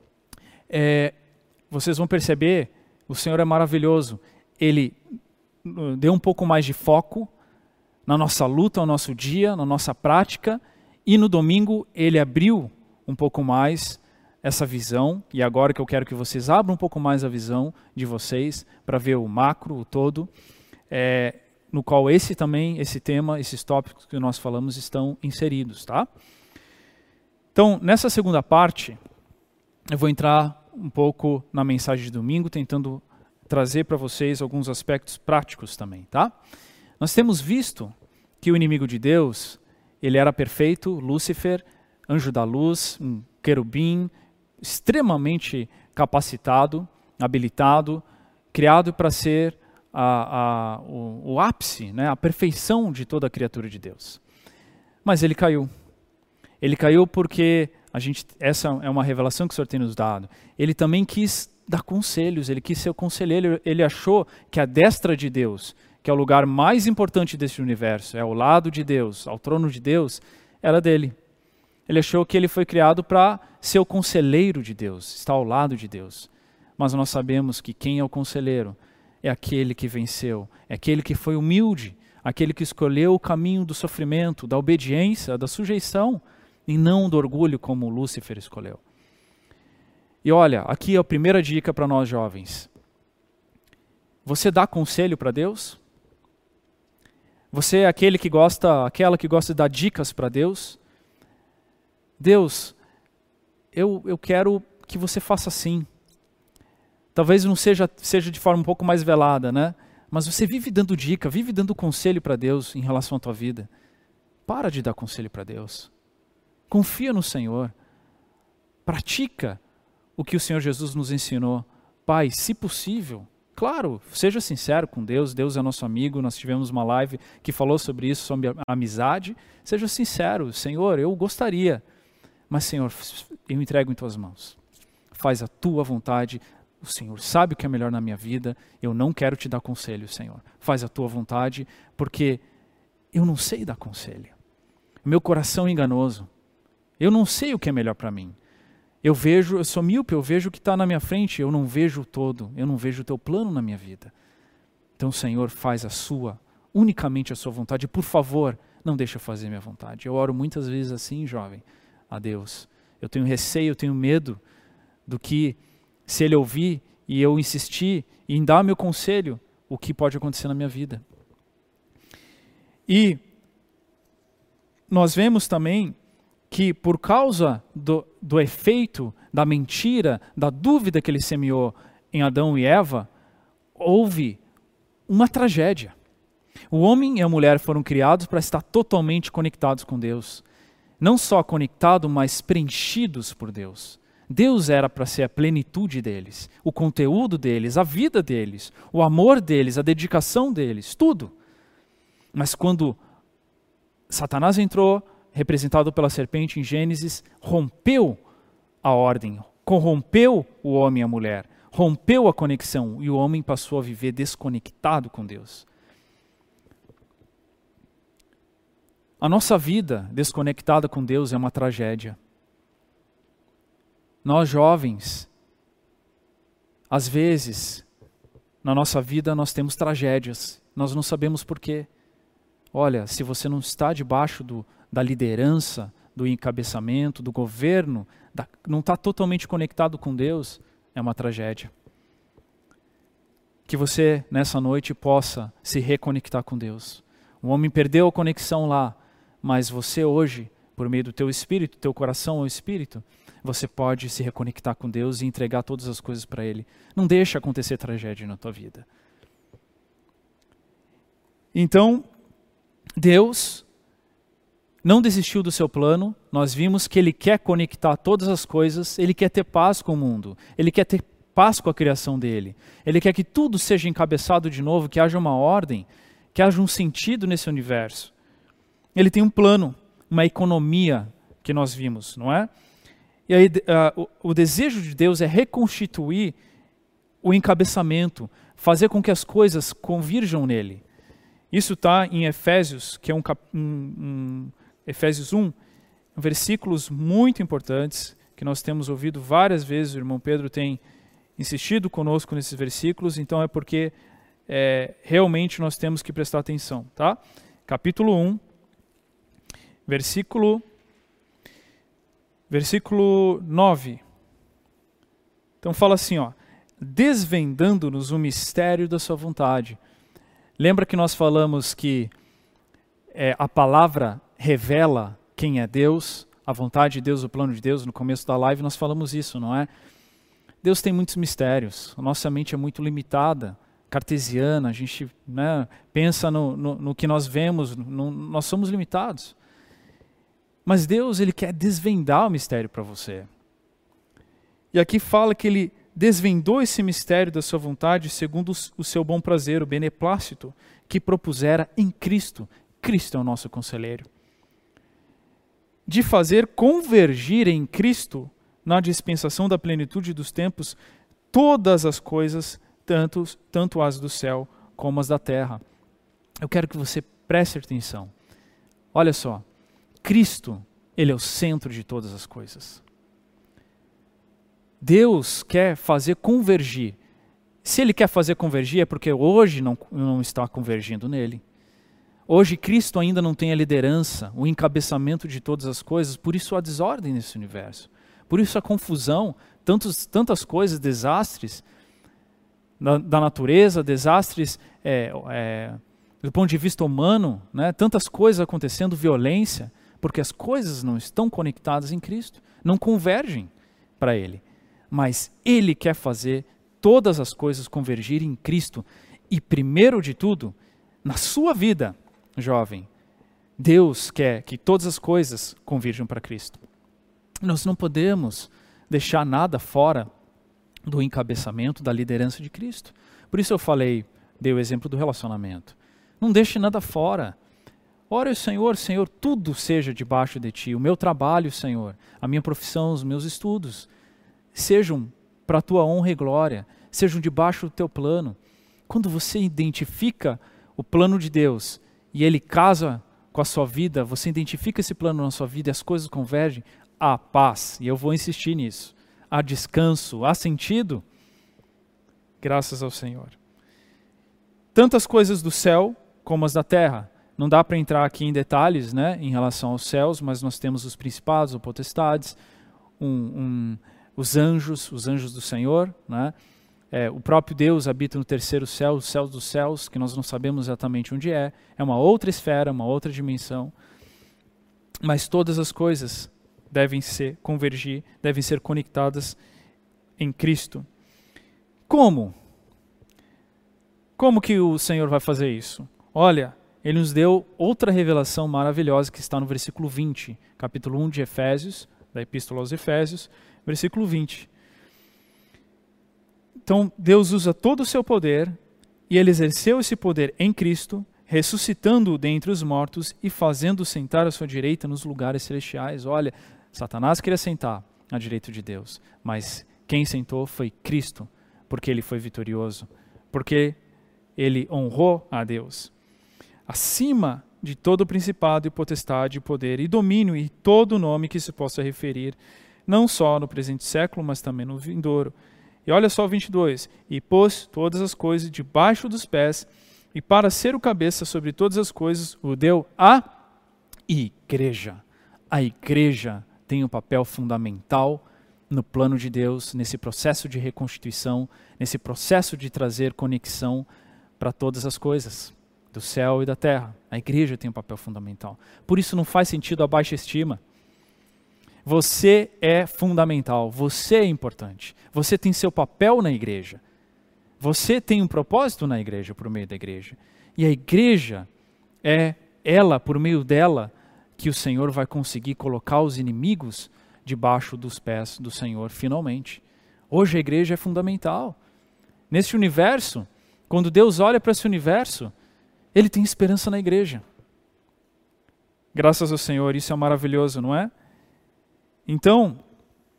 é, vocês vão perceber, o Senhor é maravilhoso. Ele deu um pouco mais de foco na nossa luta, no nosso dia, na nossa prática, e no domingo ele abriu um pouco mais essa visão, e agora que eu quero que vocês abram um pouco mais a visão de vocês, para ver o macro, o todo, é, no qual esse também, esse tema, esses tópicos que nós falamos estão inseridos, tá? Então, nessa segunda parte, eu vou entrar um pouco na mensagem de domingo, tentando trazer para vocês alguns aspectos práticos também, tá? Nós temos visto que o inimigo de Deus, ele era perfeito, Lúcifer, anjo da luz, um querubim, extremamente capacitado, habilitado, criado para ser a, a, o, o ápice, né, a perfeição de toda a criatura de Deus. Mas ele caiu. Ele caiu porque, a gente, essa é uma revelação que o Senhor tem nos dado, ele também quis dar conselhos, ele quis ser o conselheiro, ele achou que a destra de Deus, que é o lugar mais importante desse universo, é ao lado de Deus, ao trono de Deus, era dele. Ele achou que ele foi criado para ser o conselheiro de Deus, estar ao lado de Deus. Mas nós sabemos que quem é o conselheiro é aquele que venceu, é aquele que foi humilde, aquele que escolheu o caminho do sofrimento, da obediência, da sujeição, e não do orgulho como Lúcifer escolheu. E olha, aqui é a primeira dica para nós jovens. Você dá conselho para Deus? Você é aquele que gosta, aquela que gosta de dar dicas para Deus? Deus, eu, eu quero que você faça assim. Talvez não seja, seja de forma um pouco mais velada, né? Mas você vive dando dica, vive dando conselho para Deus em relação à tua vida. Para de dar conselho para Deus. Confia no Senhor. Pratica o que o Senhor Jesus nos ensinou. Pai, se possível, claro, seja sincero com Deus. Deus é nosso amigo. Nós tivemos uma live que falou sobre isso, sobre a amizade. Seja sincero. Senhor, eu gostaria. Mas, Senhor, eu entrego em tuas mãos. Faz a tua vontade. O Senhor sabe o que é melhor na minha vida. Eu não quero te dar conselho, Senhor. Faz a tua vontade, porque eu não sei dar conselho. Meu coração é enganoso. Eu não sei o que é melhor para mim. Eu vejo, eu sou míope, eu vejo o que está na minha frente, eu não vejo o todo, eu não vejo o teu plano na minha vida. Então, Senhor, faz a sua, unicamente a sua vontade. Por favor, não deixa eu fazer minha vontade. Eu oro muitas vezes assim, jovem, a Deus. Eu tenho receio, eu tenho medo do que, se Ele ouvir e eu insistir em dar meu conselho, o que pode acontecer na minha vida. E nós vemos também que por causa do, do efeito da mentira, da dúvida que ele semeou em Adão e Eva, houve uma tragédia. O homem e a mulher foram criados para estar totalmente conectados com Deus. Não só conectados, mas preenchidos por Deus. Deus era para ser a plenitude deles, o conteúdo deles, a vida deles, o amor deles, a dedicação deles, tudo. Mas quando Satanás entrou, representado pela serpente em Gênesis, rompeu a ordem, corrompeu o homem e a mulher, rompeu a conexão e o homem passou a viver desconectado com Deus. A nossa vida desconectada com Deus é uma tragédia. Nós jovens, às vezes, na nossa vida nós temos tragédias, nós não sabemos por quê. Olha, se você não está debaixo do, da liderança, do encabeçamento, do governo, da, não está totalmente conectado com Deus, é uma tragédia. Que você, nessa noite, possa se reconectar com Deus. O homem perdeu a conexão lá, mas você hoje, por meio do teu espírito, teu coração ao espírito, você pode se reconectar com Deus e entregar todas as coisas para Ele. Não deixa acontecer tragédia na tua vida. Então, Deus não desistiu do seu plano. Nós vimos que Ele quer conectar todas as coisas, Ele quer ter paz com o mundo, Ele quer ter paz com a criação dEle. Ele quer que tudo seja encabeçado de novo, que haja uma ordem, que haja um sentido nesse universo. Ele tem um plano, uma economia que nós vimos, não é? E aí uh, o, o desejo de Deus é reconstituir o encabeçamento, fazer com que as coisas convirjam nele. Isso está em Efésios, que é um, um, um Efésios um, versículos muito importantes, que nós temos ouvido várias vezes, o irmão Pedro tem insistido conosco nesses versículos, então é porque é, realmente nós temos que prestar atenção, tá? Capítulo um, versículo, versículo nove. Então fala assim, ó, desvendando-nos o mistério da sua vontade. Lembra que nós falamos que é, a palavra revela quem é Deus, a vontade de Deus, o plano de Deus? No começo da live nós falamos isso, não é? Deus tem muitos mistérios, a nossa mente é muito limitada, cartesiana, a gente, né, pensa no, no, no que nós vemos, no, nós somos limitados. Mas Deus, Ele quer desvendar o mistério para você. E aqui fala que Ele desvendou esse mistério da sua vontade segundo o seu bom prazer, o beneplácito, que propusera em Cristo. Cristo é o nosso conselheiro. De fazer convergir em Cristo, na dispensação da plenitude dos tempos, todas as coisas, tanto, tanto as do céu como as da terra. Eu quero que você preste atenção. Olha só, Cristo, Ele é o centro de todas as coisas. Deus quer fazer convergir. Se Ele quer fazer convergir é porque hoje não, não está convergindo nele. Hoje Cristo ainda não tem a liderança, o encabeçamento de todas as coisas, por isso há desordem nesse universo. Por isso a confusão, tantos, tantas coisas, desastres da, da natureza, desastres é, é, do ponto de vista humano, né? Tantas coisas acontecendo, violência, porque as coisas não estão conectadas em Cristo, não convergem para Ele. Mas Ele quer fazer todas as coisas convergirem em Cristo. E primeiro de tudo, na sua vida, jovem, Deus quer que todas as coisas convirjam para Cristo. Nós não podemos deixar nada fora do encabeçamento, da liderança de Cristo. Por isso eu falei, dei o exemplo do relacionamento. Não deixe nada fora. Ore ao Senhor, Senhor, tudo seja debaixo de Ti. O meu trabalho, Senhor, a minha profissão, os meus estudos, sejam para a Tua honra e glória, sejam debaixo do Teu plano. Quando você identifica o plano de Deus e Ele casa com a sua vida, você identifica esse plano na sua vida e as coisas convergem, há paz, e eu vou insistir nisso, há descanso, há sentido, graças ao Senhor. Tantas coisas do céu como as da terra. Não dá para entrar aqui em detalhes, né, em relação aos céus, mas nós temos os principados, os potestades, um, um, os anjos, os anjos do Senhor, né? É, o próprio Deus habita no terceiro céu, os céus dos céus, que nós não sabemos exatamente onde é, é uma outra esfera, uma outra dimensão, mas todas as coisas devem ser convergir, devem ser conectadas em Cristo. Como? Como que o Senhor vai fazer isso? Olha, Ele nos deu outra revelação maravilhosa que está no versículo vinte, capítulo um de Efésios, da Epístola aos Efésios, versículo vinte. Então, Deus usa todo o seu poder e Ele exerceu esse poder em Cristo, ressuscitando-o dentre os mortos e fazendo-o sentar à sua direita nos lugares celestiais. Olha, Satanás queria sentar à direita de Deus, mas quem sentou foi Cristo, porque Ele foi vitorioso, porque Ele honrou a Deus. Acima de todo principado e potestade, poder e domínio e todo nome que se possa referir, não só no presente século, mas também no vindouro. E olha só o vinte e dois, e pôs todas as coisas debaixo dos pés, e para ser o cabeça sobre todas as coisas, o deu à igreja. A igreja tem um papel fundamental no plano de Deus, nesse processo de reconstituição, nesse processo de trazer conexão para todas as coisas, do céu e da terra. A igreja tem um papel fundamental. Por isso não faz sentido a baixa estima. Você é fundamental, você é importante, você tem seu papel na igreja, você tem um propósito na igreja, por meio da igreja. E a igreja é ela, por meio dela, que o Senhor vai conseguir colocar os inimigos debaixo dos pés do Senhor, finalmente. Hoje a igreja é fundamental. Nesse universo, quando Deus olha para esse universo, Ele tem esperança na igreja. Graças ao Senhor, isso é maravilhoso, não é? Então,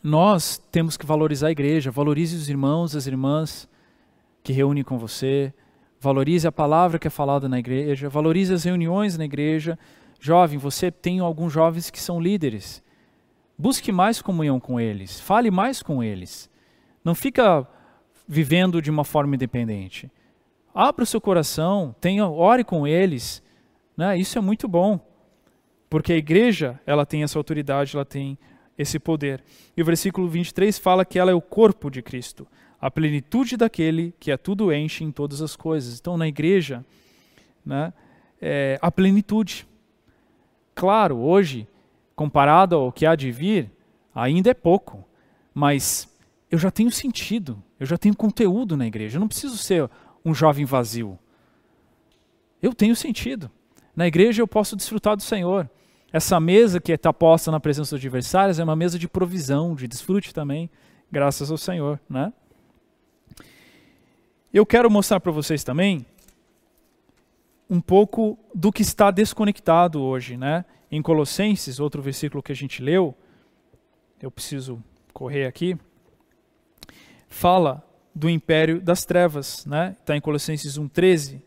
nós temos que valorizar a igreja. Valorize os irmãos, as irmãs que reúnem com você. Valorize a palavra que é falada na igreja. Valorize as reuniões na igreja. Jovem, você tem alguns jovens que são líderes. Busque mais comunhão com eles. Fale mais com eles. Não fica vivendo de uma forma independente. Abra o seu coração, tenha, ore com eles. Né? Isso é muito bom. Porque a igreja, ela tem essa autoridade, ela tem esse poder. E o versículo vinte e três fala que ela é o corpo de Cristo, a plenitude daquele que a tudo enche em todas as coisas. Então, na igreja, né, é a plenitude. Claro, hoje, comparado ao que há de vir, ainda é pouco, mas eu já tenho sentido, eu já tenho conteúdo na igreja. Eu não preciso ser um jovem vazio. Eu tenho sentido. Na igreja eu posso desfrutar do Senhor. Essa mesa que está posta na presença dos adversários é uma mesa de provisão, de desfrute também, graças ao Senhor, né? Eu quero mostrar para vocês também um pouco do que está desconectado hoje, né? Em Colossenses, outro versículo que a gente leu, eu preciso correr aqui, fala do império das trevas, né? Está em Colossenses um, treze.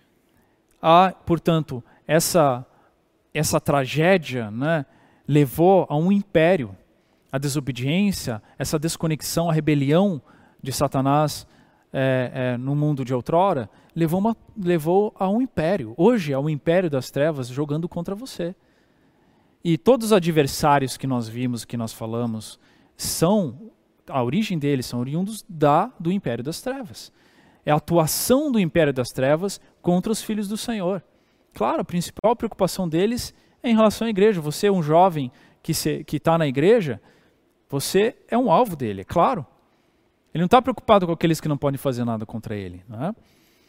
Há, portanto, essa, essa tragédia, né, levou a um império. A desobediência, essa desconexão, a rebelião de Satanás é, é, no mundo de outrora, levou, uma, levou a um império. Hoje é o império das trevas jogando contra você. E todos os adversários que nós vimos, que nós falamos, são, a origem deles são oriundos da, do império das trevas. É a atuação do império das trevas contra os filhos do Senhor. Claro, a principal preocupação deles é em relação à igreja. Você é um jovem que está na igreja, você é um alvo dele, é claro. Ele não está preocupado com aqueles que não podem fazer nada contra ele. Não é?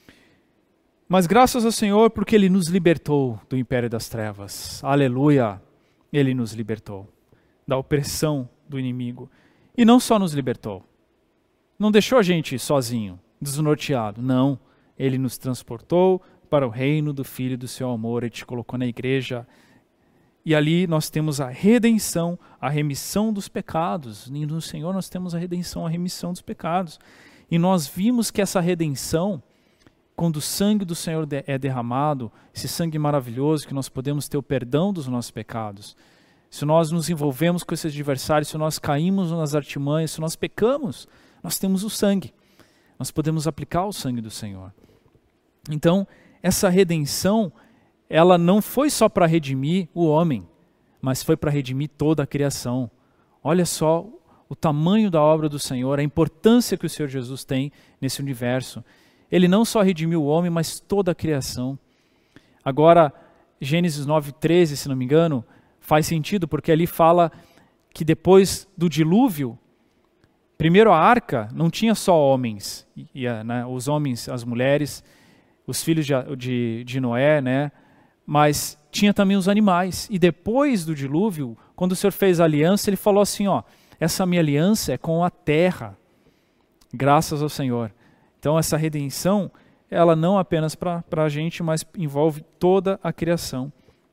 Mas graças ao Senhor, porque Ele nos libertou do império das trevas. Aleluia! Ele nos libertou da opressão do inimigo. E não só nos libertou. Não deixou a gente sozinho, desnorteado. Não. Ele nos transportou para o reino do Filho do seu amor. Ele te colocou na igreja. E ali nós temos a redenção, a remissão dos pecados. E no Senhor nós temos a redenção, a remissão dos pecados. E nós vimos que essa redenção, quando o sangue do Senhor é derramado, esse sangue maravilhoso, que nós podemos ter o perdão dos nossos pecados. Se nós nos envolvemos com esses adversários, se nós caímos nas artimanhas, se nós pecamos, nós temos o sangue. Nós podemos aplicar o sangue do Senhor. Então, essa redenção, ela não foi só para redimir o homem, mas foi para redimir toda a criação. Olha só o tamanho da obra do Senhor, a importância que o Senhor Jesus tem nesse universo. Ele não só redimiu o homem, mas toda a criação. Agora, Gênesis nove, treze, se não me engano, faz sentido, porque ali fala que depois do dilúvio, primeiro a arca não tinha só homens, e, né, os homens, as mulheres, os filhos de, de, de Noé, né, mas tinha também os animais. E depois do dilúvio, quando o Senhor fez a aliança, Ele falou assim, ó, essa minha aliança é com a terra, graças ao Senhor. Então essa redenção, ela não apenas para a gente, mas envolve toda a criação.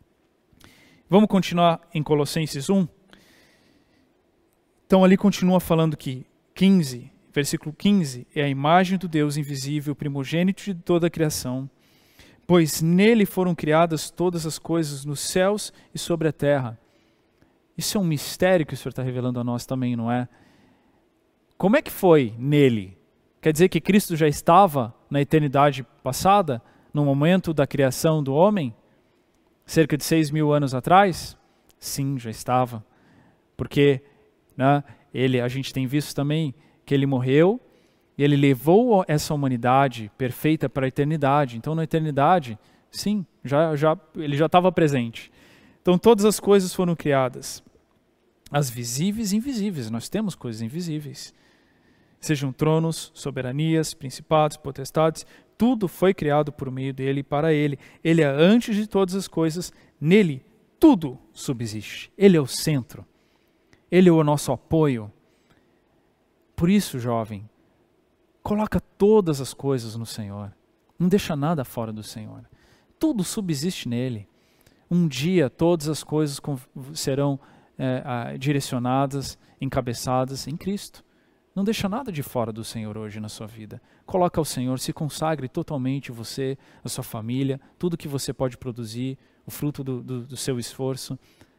Vamos continuar em Colossenses um? Então ali continua falando que quinze, versículo quinze, é a imagem do Deus invisível, primogênito de toda a criação, pois nele foram criadas todas as coisas nos céus e sobre a terra. Isso é um mistério que o Senhor está revelando a nós também, não é? Como é que foi nele? Quer dizer que Cristo já estava na eternidade passada, no momento da criação do homem? Cerca de seis mil anos atrás? Sim, já estava. Porque né, ele, a gente tem visto também que ele morreu e ele levou essa humanidade perfeita para a eternidade. Então, na eternidade, sim, já, já, ele já estava presente. Então, todas as coisas foram criadas. As visíveis e invisíveis. Nós temos coisas invisíveis. Sejam tronos, soberanias, principados, potestades, tudo foi criado por meio dele e para ele. Ele é antes de todas as coisas, nele tudo subsiste. Ele é o centro. Ele é o nosso apoio. Por isso, jovem, coloca todas as coisas no Senhor. Não deixa nada fora do Senhor. Tudo subsiste nele. Um dia todas as coisas serão é, direcionadas, encabeçadas em Cristo. Não deixa nada de fora do Senhor hoje na sua vida. Coloca ao Senhor, se consagre totalmente você, a sua família, tudo que você pode produzir, o fruto do, do, do seu esforço.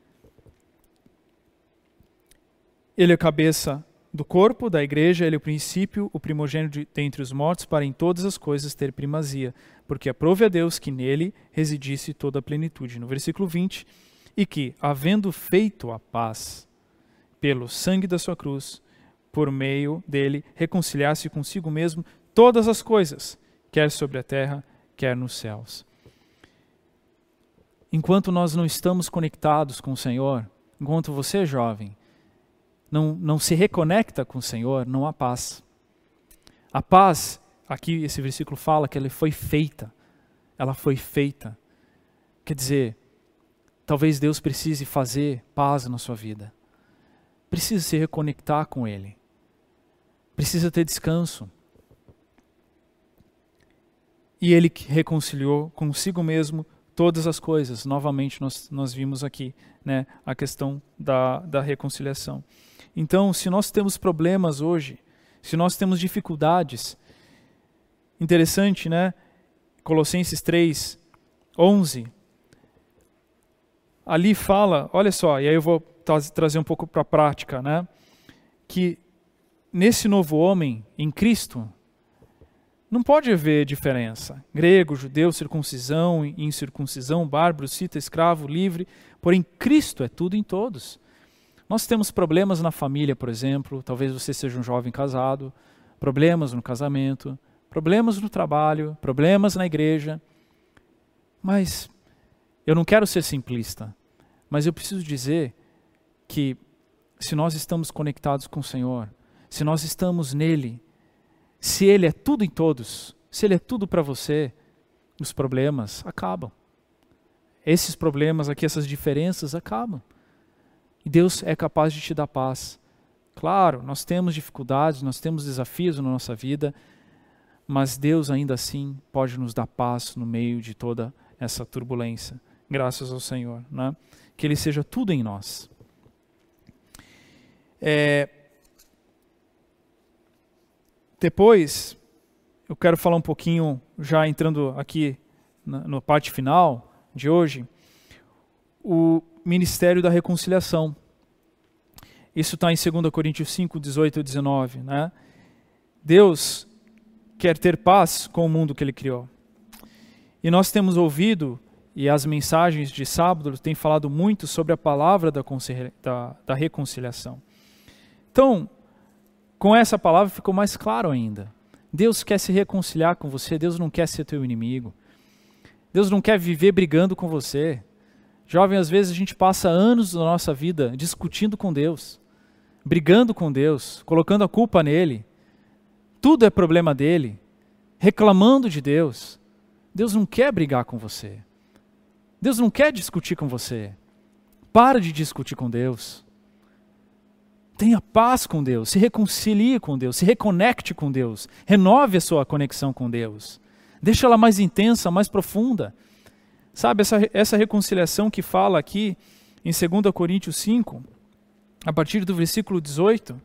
Ele é a cabeça do corpo, da igreja, ele é o princípio, o primogênito dentre os mortos, para em todas as coisas ter primazia, porque aprove a Deus que nele residisse toda a plenitude. No versículo vinte, e que, havendo feito a paz pelo sangue da sua cruz, por meio dele, reconciliasse consigo mesmo todas as coisas, quer sobre a terra, quer nos céus. Enquanto nós não estamos conectados com o Senhor, enquanto você, jovem, não, não se reconecta com o Senhor, não há paz. A paz, aqui esse versículo fala que ela foi feita. Ela foi feita. Quer dizer, talvez Deus precise fazer paz na sua vida. Precisa se reconectar com Ele. Precisa ter descanso. E Ele reconciliou consigo mesmo todas as coisas. Novamente nós, nós vimos aqui, né, a questão da, da reconciliação. Então, se nós temos problemas hoje, se nós temos dificuldades, interessante, né? Colossenses três, onze, ali fala, olha só, e aí eu vou tra- trazer um pouco para a prática, né? Que nesse novo homem, em Cristo, não pode haver diferença. Grego, judeu, circuncisão, incircuncisão, bárbaro, cita, escravo, livre, porém Cristo é tudo em todos. Nós temos problemas na família, por exemplo, talvez você seja um jovem casado, problemas no casamento, problemas no trabalho, problemas na igreja, mas eu não quero ser simplista, mas eu preciso dizer que se nós estamos conectados com o Senhor, se nós estamos nele, se Ele é tudo em todos, se Ele é tudo para você, os problemas acabam. Esses problemas aqui, essas diferenças acabam. E Deus é capaz de te dar paz. Claro, nós temos dificuldades, nós temos desafios na nossa vida, mas Deus ainda assim pode nos dar paz no meio de toda essa turbulência. Graças ao Senhor, né? Que Ele seja tudo em nós. É... Depois, eu quero falar um pouquinho, já entrando aqui na, na parte final de hoje, o ministério da reconciliação. Isso está em dois Coríntios cinco, dezoito e dezenove. Né? Deus quer ter paz com o mundo que Ele criou. E nós temos ouvido, e as mensagens de sábado têm falado muito sobre a palavra da, da, da reconciliação. Então, com essa palavra ficou mais claro ainda. Deus quer se reconciliar com você, Deus não quer ser teu inimigo. Deus não quer viver brigando com você. Jovem, às vezes a gente passa anos da nossa vida discutindo com Deus, brigando com Deus, colocando a culpa nele. Tudo é problema dele, reclamando de Deus. Deus não quer brigar com você. Deus não quer discutir com você. Para de discutir com Deus. Tenha paz com Deus, se reconcilie com Deus, se reconecte com Deus, renove a sua conexão com Deus. Deixa ela mais intensa, mais profunda. Sabe, essa, essa reconciliação que fala aqui em dois Coríntios cinco, a partir do versículo dezoito,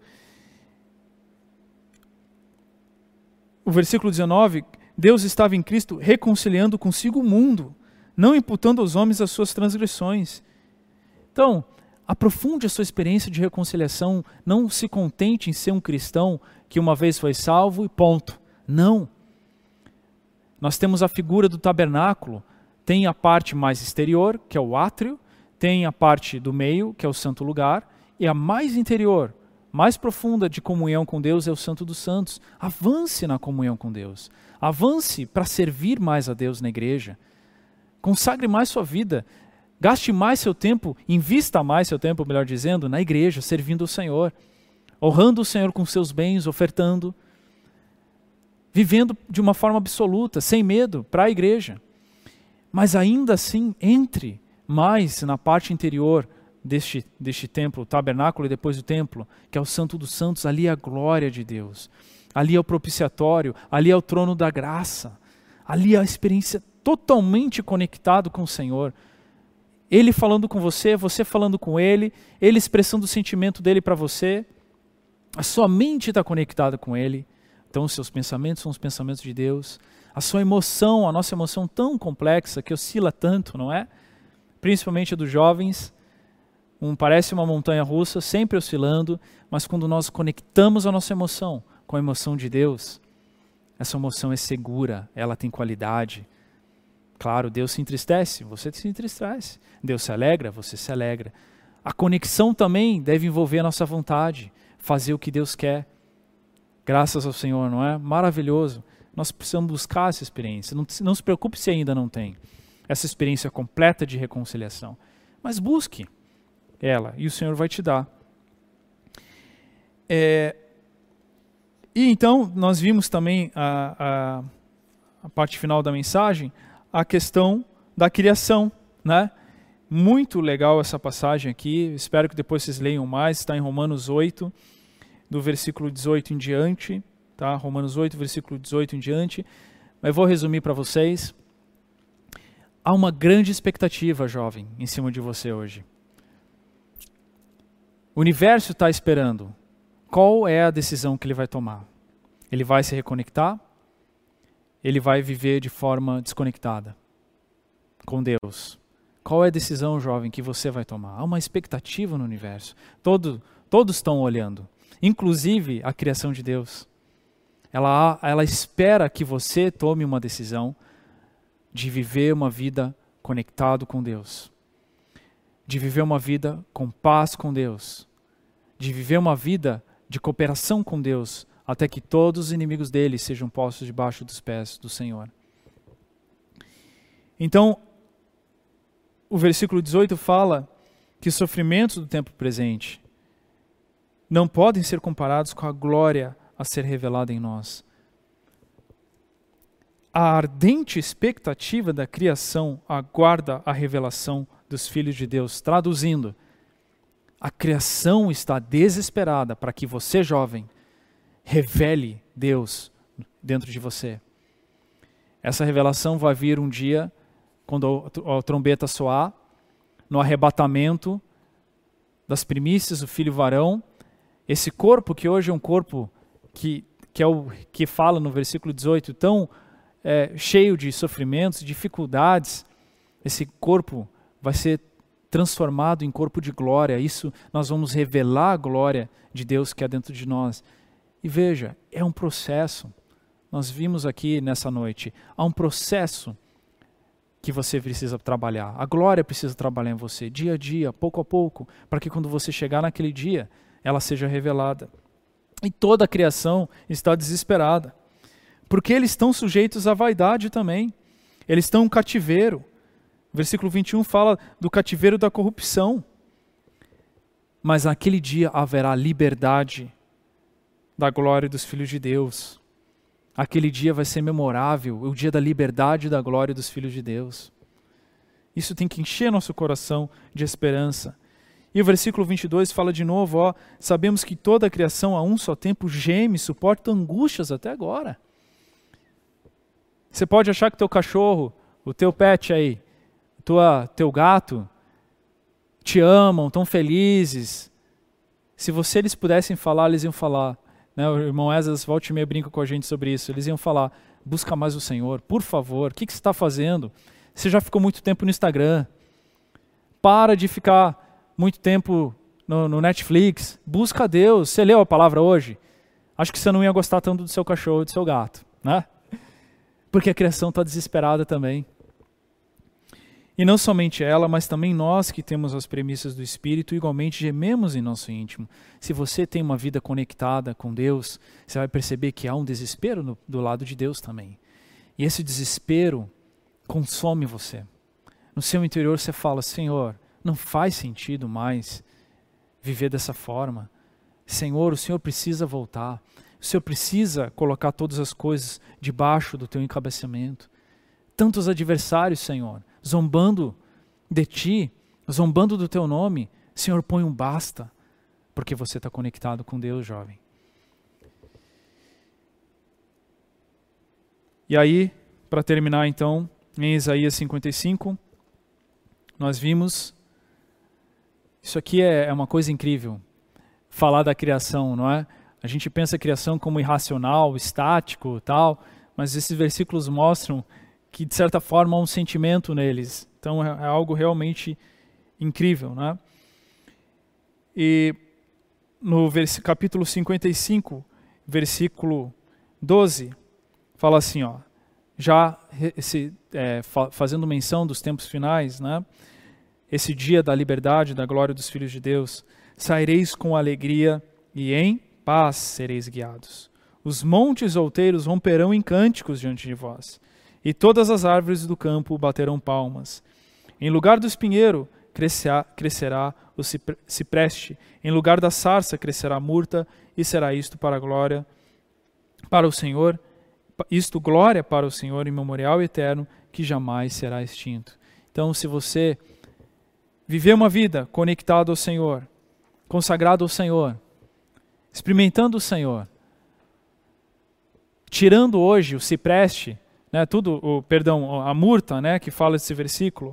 o versículo dezenove, Deus estava em Cristo reconciliando consigo o mundo, não imputando aos homens as suas transgressões. Então, aprofunde a sua experiência de reconciliação, não se contente em ser um cristão que uma vez foi salvo e ponto. Não. Nós temos a figura do tabernáculo. Tem a parte mais exterior, que é o átrio, tem a parte do meio, que é o santo lugar, e a mais interior, mais profunda de comunhão com Deus é o Santo dos Santos. Avance na comunhão com Deus. Avance para servir mais a Deus na igreja. Consagre mais sua vida. Gaste mais seu tempo, invista mais seu tempo, melhor dizendo, na igreja, servindo o Senhor. Honrando o Senhor com seus bens, ofertando. Vivendo de uma forma absoluta, sem medo, para a igreja. Mas ainda assim, entre mais na parte interior deste, deste templo, o tabernáculo e depois o templo, que é o Santo dos Santos, ali é a glória de Deus. Ali é o propiciatório, ali é o trono da graça. Ali é a experiência totalmente conectado com o Senhor. Ele falando com você, você falando com Ele, Ele expressando o sentimento dele para você. A sua mente está conectada com Ele. Então os seus pensamentos são os pensamentos de Deus. A sua emoção, a nossa emoção tão complexa, que oscila tanto, não é? Principalmente a dos jovens. Um parece uma montanha russa, sempre oscilando, mas quando nós conectamos a nossa emoção com a emoção de Deus, essa emoção é segura, ela tem qualidade. Claro, Deus se entristece, você se entristece. Deus se alegra, você se alegra. A conexão também deve envolver a nossa vontade, fazer o que Deus quer. Graças ao Senhor, não é? Maravilhoso. Nós precisamos buscar essa experiência. Não, não se preocupe se ainda não tem essa experiência completa de reconciliação. Mas busque ela e o Senhor vai te dar. É, e então, nós vimos também a, a, a parte final da mensagem, a questão da criação, né? Muito legal essa passagem aqui, espero que depois vocês leiam mais, está em Romanos oito, do versículo dezoito em diante, tá? Romanos oito, versículo dezoito em diante, mas vou resumir para vocês. Há uma grande expectativa, jovem, em cima de você hoje. O universo está esperando. Qual é a decisão que ele vai tomar? Ele vai se reconectar? Ele vai viver de forma desconectada com Deus? Qual é a decisão, jovem, que você vai tomar? Há uma expectativa no universo. Todo, todos estão olhando, inclusive a criação de Deus. Ela, ela espera que você tome uma decisão de viver uma vida conectado com Deus, de viver uma vida com paz com Deus, de viver uma vida de cooperação com Deus, até que todos os inimigos dele sejam postos debaixo dos pés do Senhor. Então, o versículo dezoito fala que os sofrimentos do tempo presente não podem ser comparados com a glória a ser revelada em nós. A ardente expectativa da criação aguarda a revelação dos filhos de Deus. Traduzindo, a criação está desesperada para que você, jovem, revele Deus dentro de você. Essa revelação vai vir um dia, quando a trombeta soar, no arrebatamento das primícias do filho varão. Esse corpo que hoje é um corpo que, que, é o, que fala no versículo dezoito, tão é, cheio de sofrimentos, dificuldades, esse corpo vai ser transformado em corpo de glória. Isso nós vamos revelar a glória de Deus que é dentro de nós. E veja, é um processo. Nós vimos aqui nessa noite, há um processo que você precisa trabalhar. A glória precisa trabalhar em você, dia a dia, pouco a pouco, para que quando você chegar naquele dia, ela seja revelada. E toda a criação está desesperada, porque eles estão sujeitos à vaidade também. Eles estão em cativeiro. Versículo vinte e um fala do cativeiro da corrupção. Mas naquele dia haverá liberdade da glória dos filhos de Deus. Aquele dia vai ser memorável, o dia da liberdade e da glória dos filhos de Deus. Isso tem que encher nosso coração de esperança. E o versículo vinte e dois fala de novo, ó, sabemos que toda a criação a um só tempo geme, suporta angústias até agora. Você pode achar que teu cachorro, o teu pet aí, tua, teu gato, te amam, tão felizes. Se você eles pudessem falar, eles iam falar. Né? O irmão Esdras volta e meia brinca com a gente sobre isso. Eles iam falar, busca mais o Senhor, por favor. O que, que você está fazendo? Você já ficou muito tempo no Instagram. Para de ficar muito tempo no, no Netflix. Busca a Deus. Você leu a palavra hoje? Acho que você não ia gostar tanto do seu cachorro, do seu gato. Né? Porque a criação está desesperada também. E não somente ela, mas também nós que temos as premissas do Espírito, igualmente gememos em nosso íntimo. Se você tem uma vida conectada com Deus, você vai perceber que há um desespero no, do lado de Deus também. E esse desespero consome você. No seu interior você fala, Senhor, não faz sentido mais viver dessa forma. Senhor, o Senhor precisa voltar. O Senhor precisa colocar todas as coisas debaixo do teu encabeçamento. Tantos adversários, Senhor, zombando de ti, zombando do teu nome, Senhor, põe um basta, porque você está conectado com Deus, jovem. E aí, para terminar então, em Isaías cinquenta e cinco, nós vimos, isso aqui é, é uma coisa incrível, falar da criação, não é? A gente pensa a criação como irracional, estático, tal, mas esses versículos mostram que, de certa forma, há um sentimento neles. Então, é, é algo realmente incrível, né? E no vers- capítulo cinquenta e cinco, versículo doze, fala assim, ó, já esse, é, fa- fazendo menção dos tempos finais, né? Esse dia da liberdade, da glória dos filhos de Deus, saireis com alegria e em paz sereis guiados. Os montes outeiros romperão em cânticos diante de vós, e todas as árvores do campo baterão palmas. Em lugar do espinheiro crescerá, crescerá o cipreste, em lugar da sarça crescerá a murta, e será isto para a glória, para o Senhor, isto glória para o Senhor em memorial eterno, que jamais será extinto. Então, se você viver uma vida conectada ao Senhor, consagrado ao Senhor, experimentando o Senhor, tirando hoje o cipreste, né, tudo, o, perdão, a murta, né, que fala esse versículo,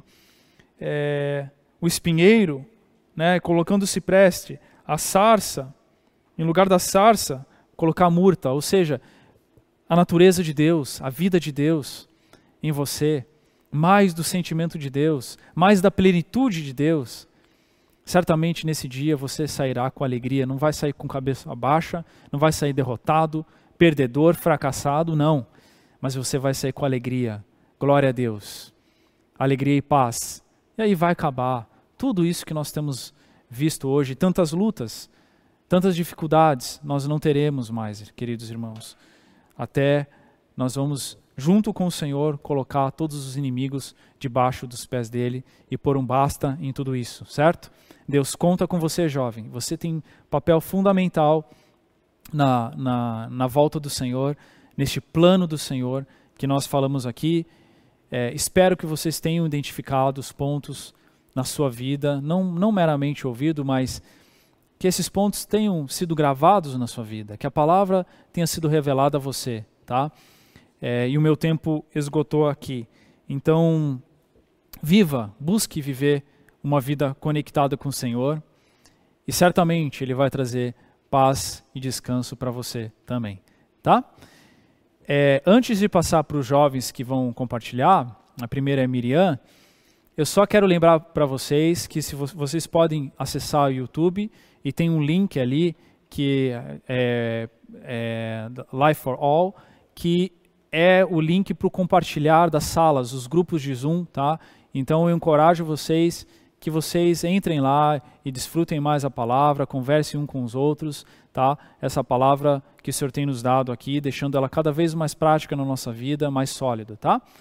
é, o espinheiro, né, colocando o cipreste, a sarça, em lugar da sarça, colocar a murta, ou seja, a natureza de Deus, a vida de Deus em você, mais do sentimento de Deus, mais da plenitude de Deus. Certamente nesse dia você sairá com alegria, não vai sair com cabeça baixa, não vai sair derrotado, perdedor, fracassado, não. Mas você vai sair com alegria, glória a Deus, alegria e paz. E aí vai acabar tudo isso que nós temos visto hoje, tantas lutas, tantas dificuldades, nós não teremos mais, queridos irmãos. Até nós vamos, junto com o Senhor, colocar todos os inimigos debaixo dos pés dele e pôr um basta em tudo isso, certo? Deus conta com você, jovem. Você tem papel fundamental na, na, na volta do Senhor, neste plano do Senhor que nós falamos aqui. É, espero que vocês tenham identificado os pontos na sua vida, não, não meramente ouvido, mas que esses pontos tenham sido gravados na sua vida, que a palavra tenha sido revelada a você, tá? É, e o meu tempo esgotou aqui. Então, viva, busque viver uma vida conectada com o Senhor, e certamente Ele vai trazer paz e descanso para você também, tá? É, antes de passar para os jovens que vão compartilhar, a primeira é Miriam, eu só quero lembrar para vocês que se vo vocês podem acessar o YouTube e tem um link ali que é, é Life for All, que é o link para o compartilhar das salas, os grupos de Zoom, tá? Então eu encorajo vocês que vocês entrem lá e desfrutem mais a palavra, conversem um com os outros, tá? Essa palavra que o Senhor tem nos dado aqui, deixando ela cada vez mais prática na nossa vida, mais sólida, tá?